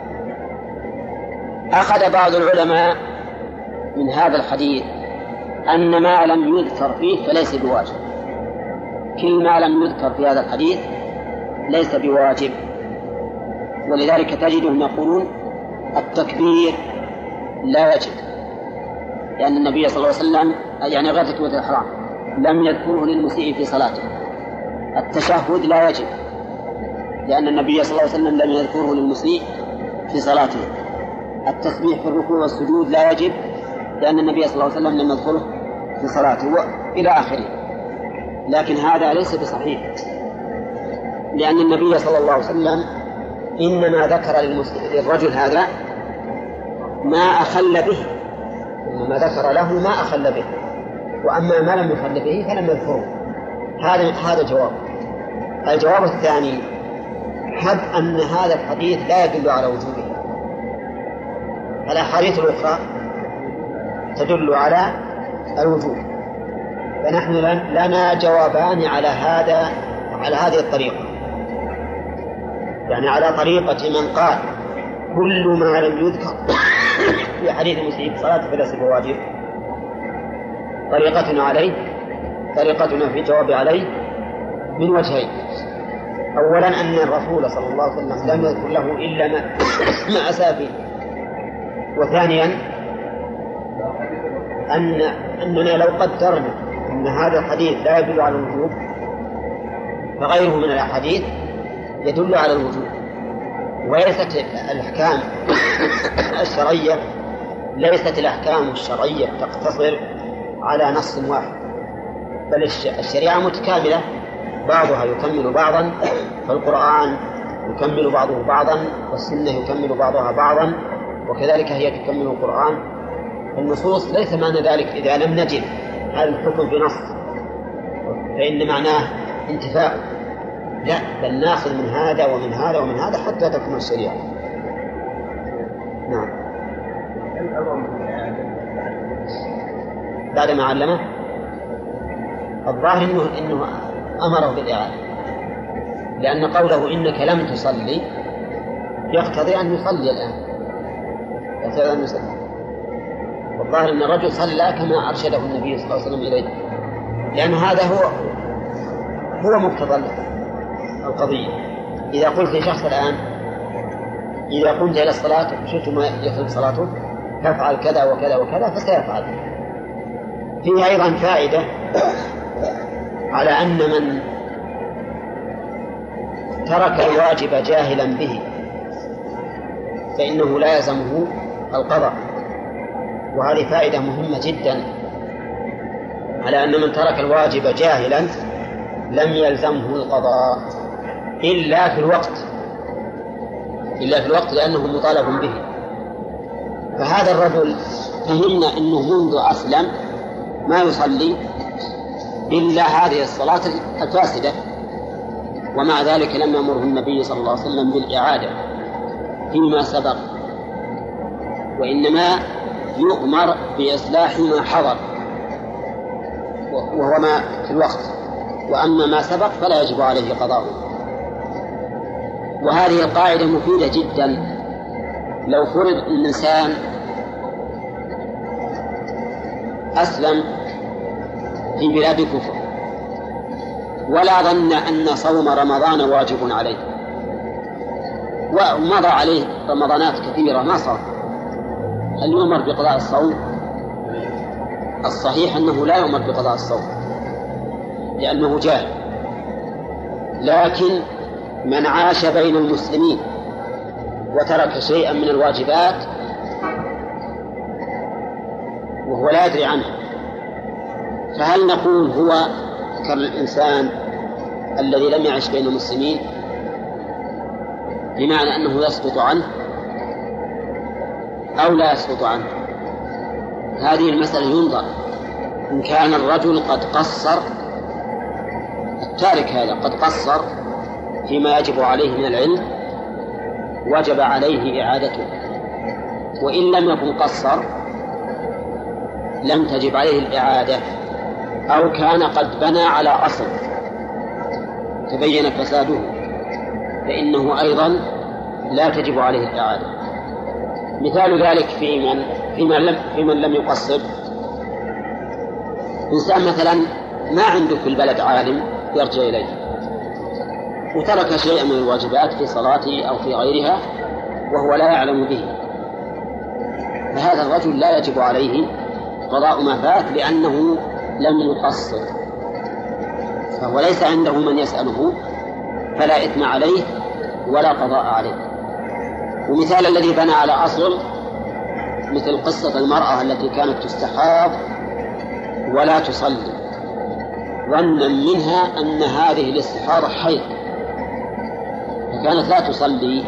أخذ بعض العلماء من هذا الحديث أن ما لم يذكر فيه فليس بواجب، كل ما لم يذكر في هذا الحديث ليس بواجب. ولذلك تجدهم يقولون التكبير لا يجب، لأن النبي صلى الله عليه وسلم يعني غير تكبيرة الإحرام لم يذكره للمسيء في صلاته. التشهد لا يجب، لأن النبي صلى الله عليه وسلم لم يذكره للمسيء في صلاته. التسبيح في الركوع والسجود لا يجب، لأن النبي صلى الله عليه وسلم لم يذكره في صلاته، إلى آخره. لكن هذا ليس بصحيح، لأن النبي صلى الله عليه وسلم إنما ذكر للرجل هذا ما أخل به، إنما ذكر له ما أخل به، وأما ما لم يخل به فلم يذكره. هذا هذا جواب. الجواب الثاني حد أن هذا الحديث لا يدل على وجوبه. الأحاديث الأخرى تدل على الوجوب، فنحن لنا جوابان على هذا على هذه الطريقة، يعني على طريقة من قال كل ما لم يذكر في حديث المسيء صلاة فليس بواجب. طريقتنا عليه طريقتنا في الجواب عليه من وجهين: أولا أن الرسول صلى الله عليه وسلم لم يذكر له إلا ما ما أساء فيه، وثانيا أن أننا لو قدرنا أن هذا الحديث لا يدل على الوجوب فغيره من الأحاديث يدل على الوجوب. وليست الأحكام الشرعية ليست الأحكام الشرعية تقتصر على نص واحد، بل الشريعة متكاملة، بعضها يكمل بعضا، فالقرآن يكمل بعضه بعضا، والسنة يكمل بعضها بعضا، وكذلك هي تكمل القرآن. النصوص ليس معنى ذلك إذا لم نجد هذا الحكم في نص فإن معناه انتفاء، لا، بل ناخذ من هذا ومن هذا ومن هذا حتى تكمل الشريعة. نعم. بعد ما علمه الظاهر إنه, إنه أمره بالإعادة، لأن قوله إنك لم تصلي يقتضي أن يصلي الآن، يقتضي أن يصلي. والظاهر أن الرجل صلى كما أرشده النبي صلى الله عليه وسلم إليه، لأن هذا هو هو مقتضى القضية. إذا قلت لشخص الآن إذا قمت إلى الصلاة وشئت ما يخلق صلاته فافعل كذا وكذا وكذا فسيفعل. فيه أيضا فائدة على أن من ترك الواجب جاهلا به فإنه لا يلزمه القضاء، وهذه فائدة مهمة جدا، على أن من ترك الواجب جاهلا لم يلزمه القضاء إلا في الوقت إلا في الوقت لأنه مطالب به. فهذا الرجل فهمنا أنه منذ أسلم ما يصلي إلا هذه الصلاة الفاسدة، ومع ذلك لم يأمره النبي صلى الله عليه وسلم بالإعادة فيما سبق، وإنما يؤمر بإصلاح ما حضر وهو ما في الوقت، وأما ما سبق فلا يجب عليه قضاؤه. وهذه القاعدة مفيدة جدا. لو فرض أن الإنسان أسلم في بلاد كفر ولا ظن أن صوم رمضان واجب عليه ومضى عليه رمضانات كثيرة ما صام، هل يؤمر بقضاء الصوم؟ الصحيح أنه لا يؤمر بقضاء الصوم لأنه جاهل، لكن من عاش بين المسلمين وترك شيئا من الواجبات وهو لا يدري عنه، فهل نقول هو كالإنسان الذي لم يعش بين المسلمين بمعنى أنه يسقط عنه أو لا يسقط عنه؟ هذه المسألة ينظر. إن كان الرجل قد قصر، التارك هذا قد قصر فيما يجب عليه من العلم، وجب عليه إعادته، وإن لم يكن قصر لم تجب عليه الإعادة، أو كان قد بنى على أصل تبين فساده فإنه أيضا لا تجب عليه الإعادة. مثال ذلك في من, في من, لم, في من لم يقصر، إنسان مثلا ما عنده في البلد عالم يرجع إليه وترك شيئا من الواجبات في صلاته أو في غيرها وهو لا يعلم به، فهذا الرجل لا يجب عليه قضاء ما فات لأنه لم يقصر، فهو ليس عنده من يسأله فلا إثم عليه ولا قضاء عليه. ومثال الذي بنى على أصل مثل قصة المرأة التي كانت تستحاض ولا تصلي ظنا منها أن هذه الاستحاضة حيض، فكانت لا تصلي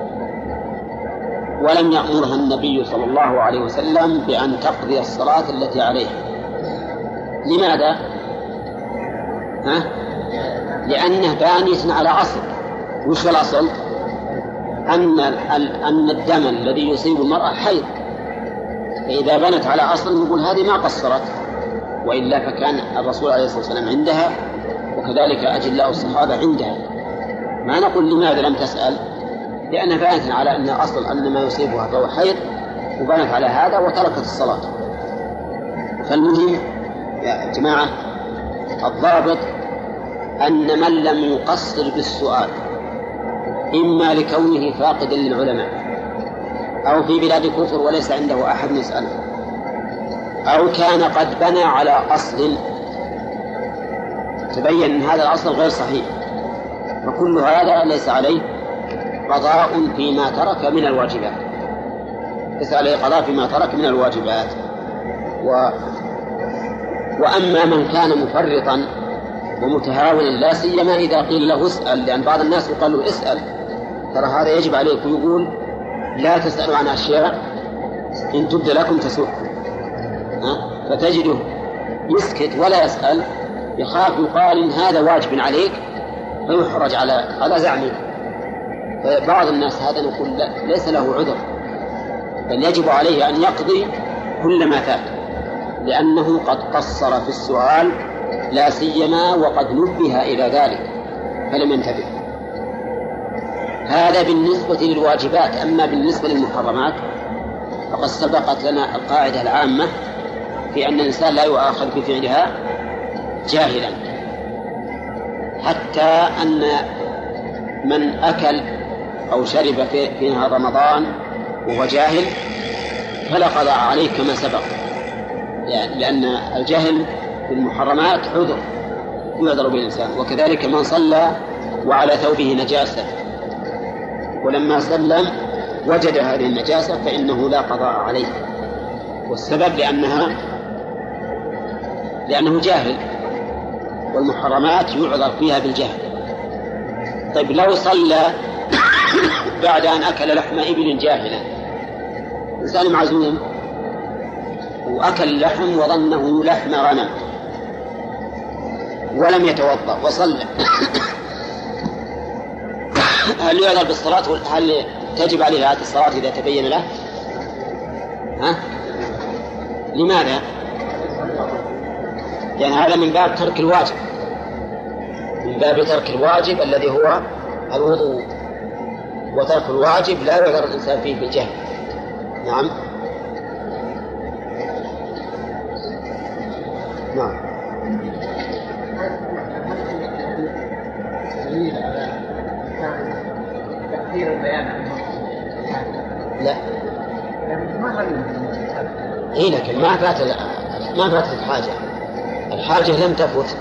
ولم يأمرها النبي صلى الله عليه وسلم بأن تقضي الصلاة التي عليها. لماذا؟ ها؟ لأنه بانية على أصل. وش الأصل؟ أن أن الدم الذي يصيب المرأة حيض، فإذا بنت على أصل نقول هذه ما قصرت، وإلا فكان الرسول عليه الصلاة والسلام عندها وكذلك أجلاء الصحابة عندها. ما نقول لماذا لم تسأل، لأنها بانت على أن أصل أن ما يصيبها فهو حيض وبنت على هذا وتركت الصلاة. فالمهم يا جماعة الضابط أن من لم يقصر بالسؤال إما لكونه فاقدا للعلماء أو في بلاد كفر وليس عنده أحد يسأله، أو كان قد بنى على أصل تبين أن هذا الأصل غير صحيح، فكل هذا ليس عليه قضاء فيما ترك من الواجبات، ليس عليه قضاء فيما ترك من الواجبات. و... وأما من كان مفرطا ومتهاونا لا سيما إذا قيل له اسأل، لأن بعض الناس يقال له اسأل ترى هذا يجب عليك، ويقول لا تسألوا عن أشياء إن تبد لكم تسؤكم، فتجده يسكت ولا يسأل، يخاف يقال إن هذا واجب عليك فيحرج على على زعمه. فبعض الناس هذا نقول لا، ليس له عذر، بل يجب عليه أن يقضي كل ما فات لأنه قد قصر في السؤال لا سيما وقد نبه إلى ذلك فلم ينتبه. هذا بالنسبة للواجبات. أما بالنسبة للمحرمات فقد سبقت لنا القاعدة العامة في أن الإنسان لا يؤاخذ بفعلها جاهلا، حتى أن من أكل أو شرب في, في نهار رمضان وهو جاهل فلا قضاء عليه كما سبق، يعني لأن الجهل في المحرمات عذر يعذر بالإنسان. وكذلك من صلى وعلى ثوبه نجاسة ولما سلم وجد هذه النجاسة فإنه لا قضاء عليه، والسبب لأنها لأنه جاهل، والمحرمات يعذر فيها بالجهل. طيب لو صلى بعد أن أكل لحم إبل جاهلا، إنسان معزوم وأكل اللحم وظنه لحم غنم ولم يتوضأ وصلى، هل يعذر بالصلاة؟ هل تجب عليه هذه الصلاة إذا تبين له؟ ها؟ لماذا؟ لأن يعني هذا من باب ترك الواجب، من باب ترك الواجب الذي هو الوضوء، وترك الواجب لا يعذر الإنسان فيه بالجهل. نعم نعم لا. إيه لكن ما فات ما فاتت الحاجة، الحاجة لم تفت،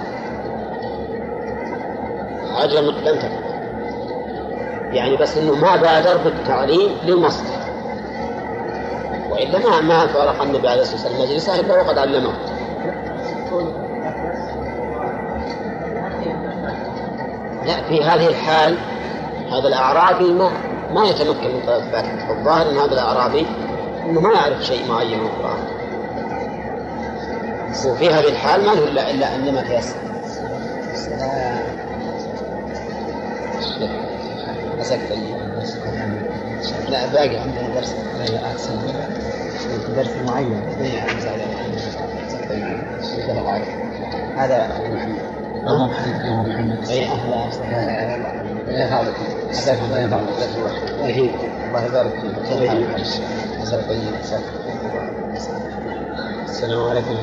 الحاجة لم تفت، يعني بس إنه ما بادر بالتعليم للمصلحة، وإلا ما ما فارق النبي عليه الصلاة والسلام مجلسه إلا وقد علمه. لا، في هذه الحال هذا الأعرابي ما ما يتمكن من طلب الفاتحة، الظاهر أن هذا الأعرابي إنه ما يعرف شيء معين من القرآن، وفي هذه الحال ما له إلا إلا أن ما تيسر. مسكت لا باقي عندنا درس درس معين هذا أبو محمد أبو محمد أي أهلا لا هذا الله يبارك فيك. السلام عليكم.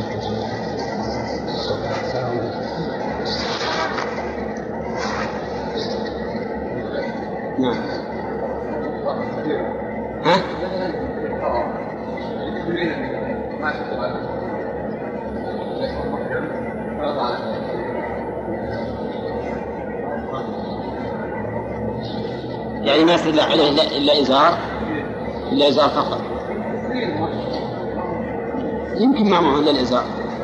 نعم. ها؟ يعني ما يصير عليه إلا, إلا إزار إلا إزار فقط، يمكن ما معه إلا الإزار.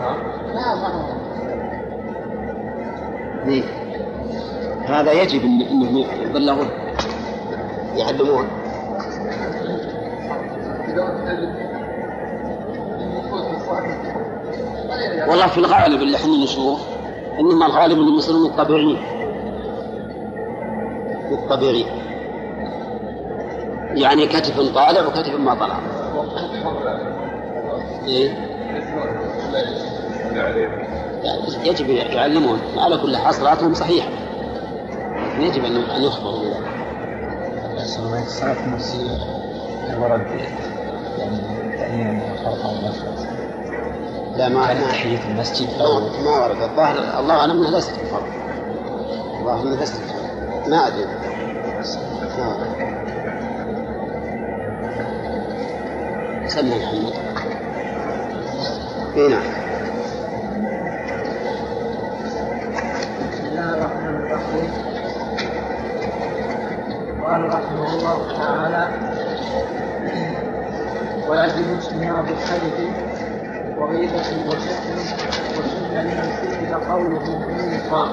هذا يجب أنه يبلغون يعلمون. والله في الغالب اللي احنا نشوف إنما الغالب أنهم يصيرون الطبيعيين الطبيعيين، يعني كتف طالع وكتف ما طلع. إيه؟ يجب يعلمون على كل حال صلاتهم صحيحة، يجب أن يخبروا بذلك. صلاة المسيح ورد يعني تأمين فرقة ومفرد لا ما كانت تحية المسجد ما ورد. الظاهر الله أعلم أنها ليست بفرض، الله أعلم ليست بفرض، ما أدري. سمع محمد. هنا بسم الله الرحمن الرحيم. قال رحمه الله تعالى: ويجب اجتناب الحدث وغيبة وشتم وسنة المسجد قوله في النقاء،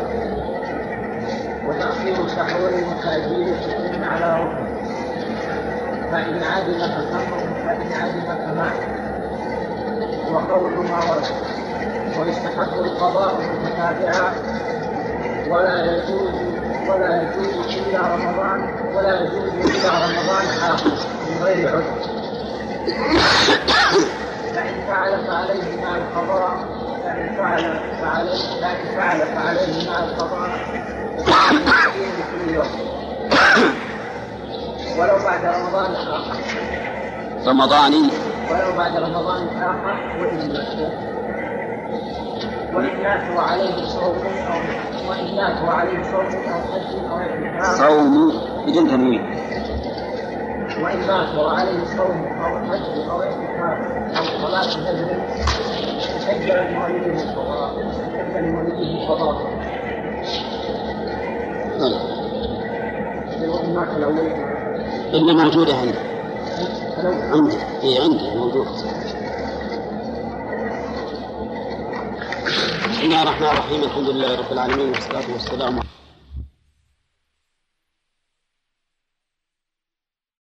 وتأخير سحور وتأجيل السكون على ركن، فإن عدم فخمر فإن عدم فماء، وقول ما ورد. ويستحق القضاء متتابعا، ولا يجوز ولا يجوز إلا رمضان ولا يجوز إلا رمضان آخر من غير عذر. فإن فعل فعليه مع القضاء، فإن فعل فعليه فإن فعل فعليه مع القضاء كل يوم ولو بعد رمضان آخر رمضاني ولو بعد رمضان آخر وإن وإن مات وعليه صوم أو وإن مات وعليه صوم أو حج أو اعتكاف صوم بدون تنوين، وإن مات وعليه صوم أو حج أو اعتكاف أو صلاة نذر سجل لوليه القضاء سجل لوليه القضاء. وإن مات الأول إلا موجودة عندي عندي إيه عندي موجود. بسم الله الرحمن الرحيم. الحمد لله رب العالمين والصلاة والسلام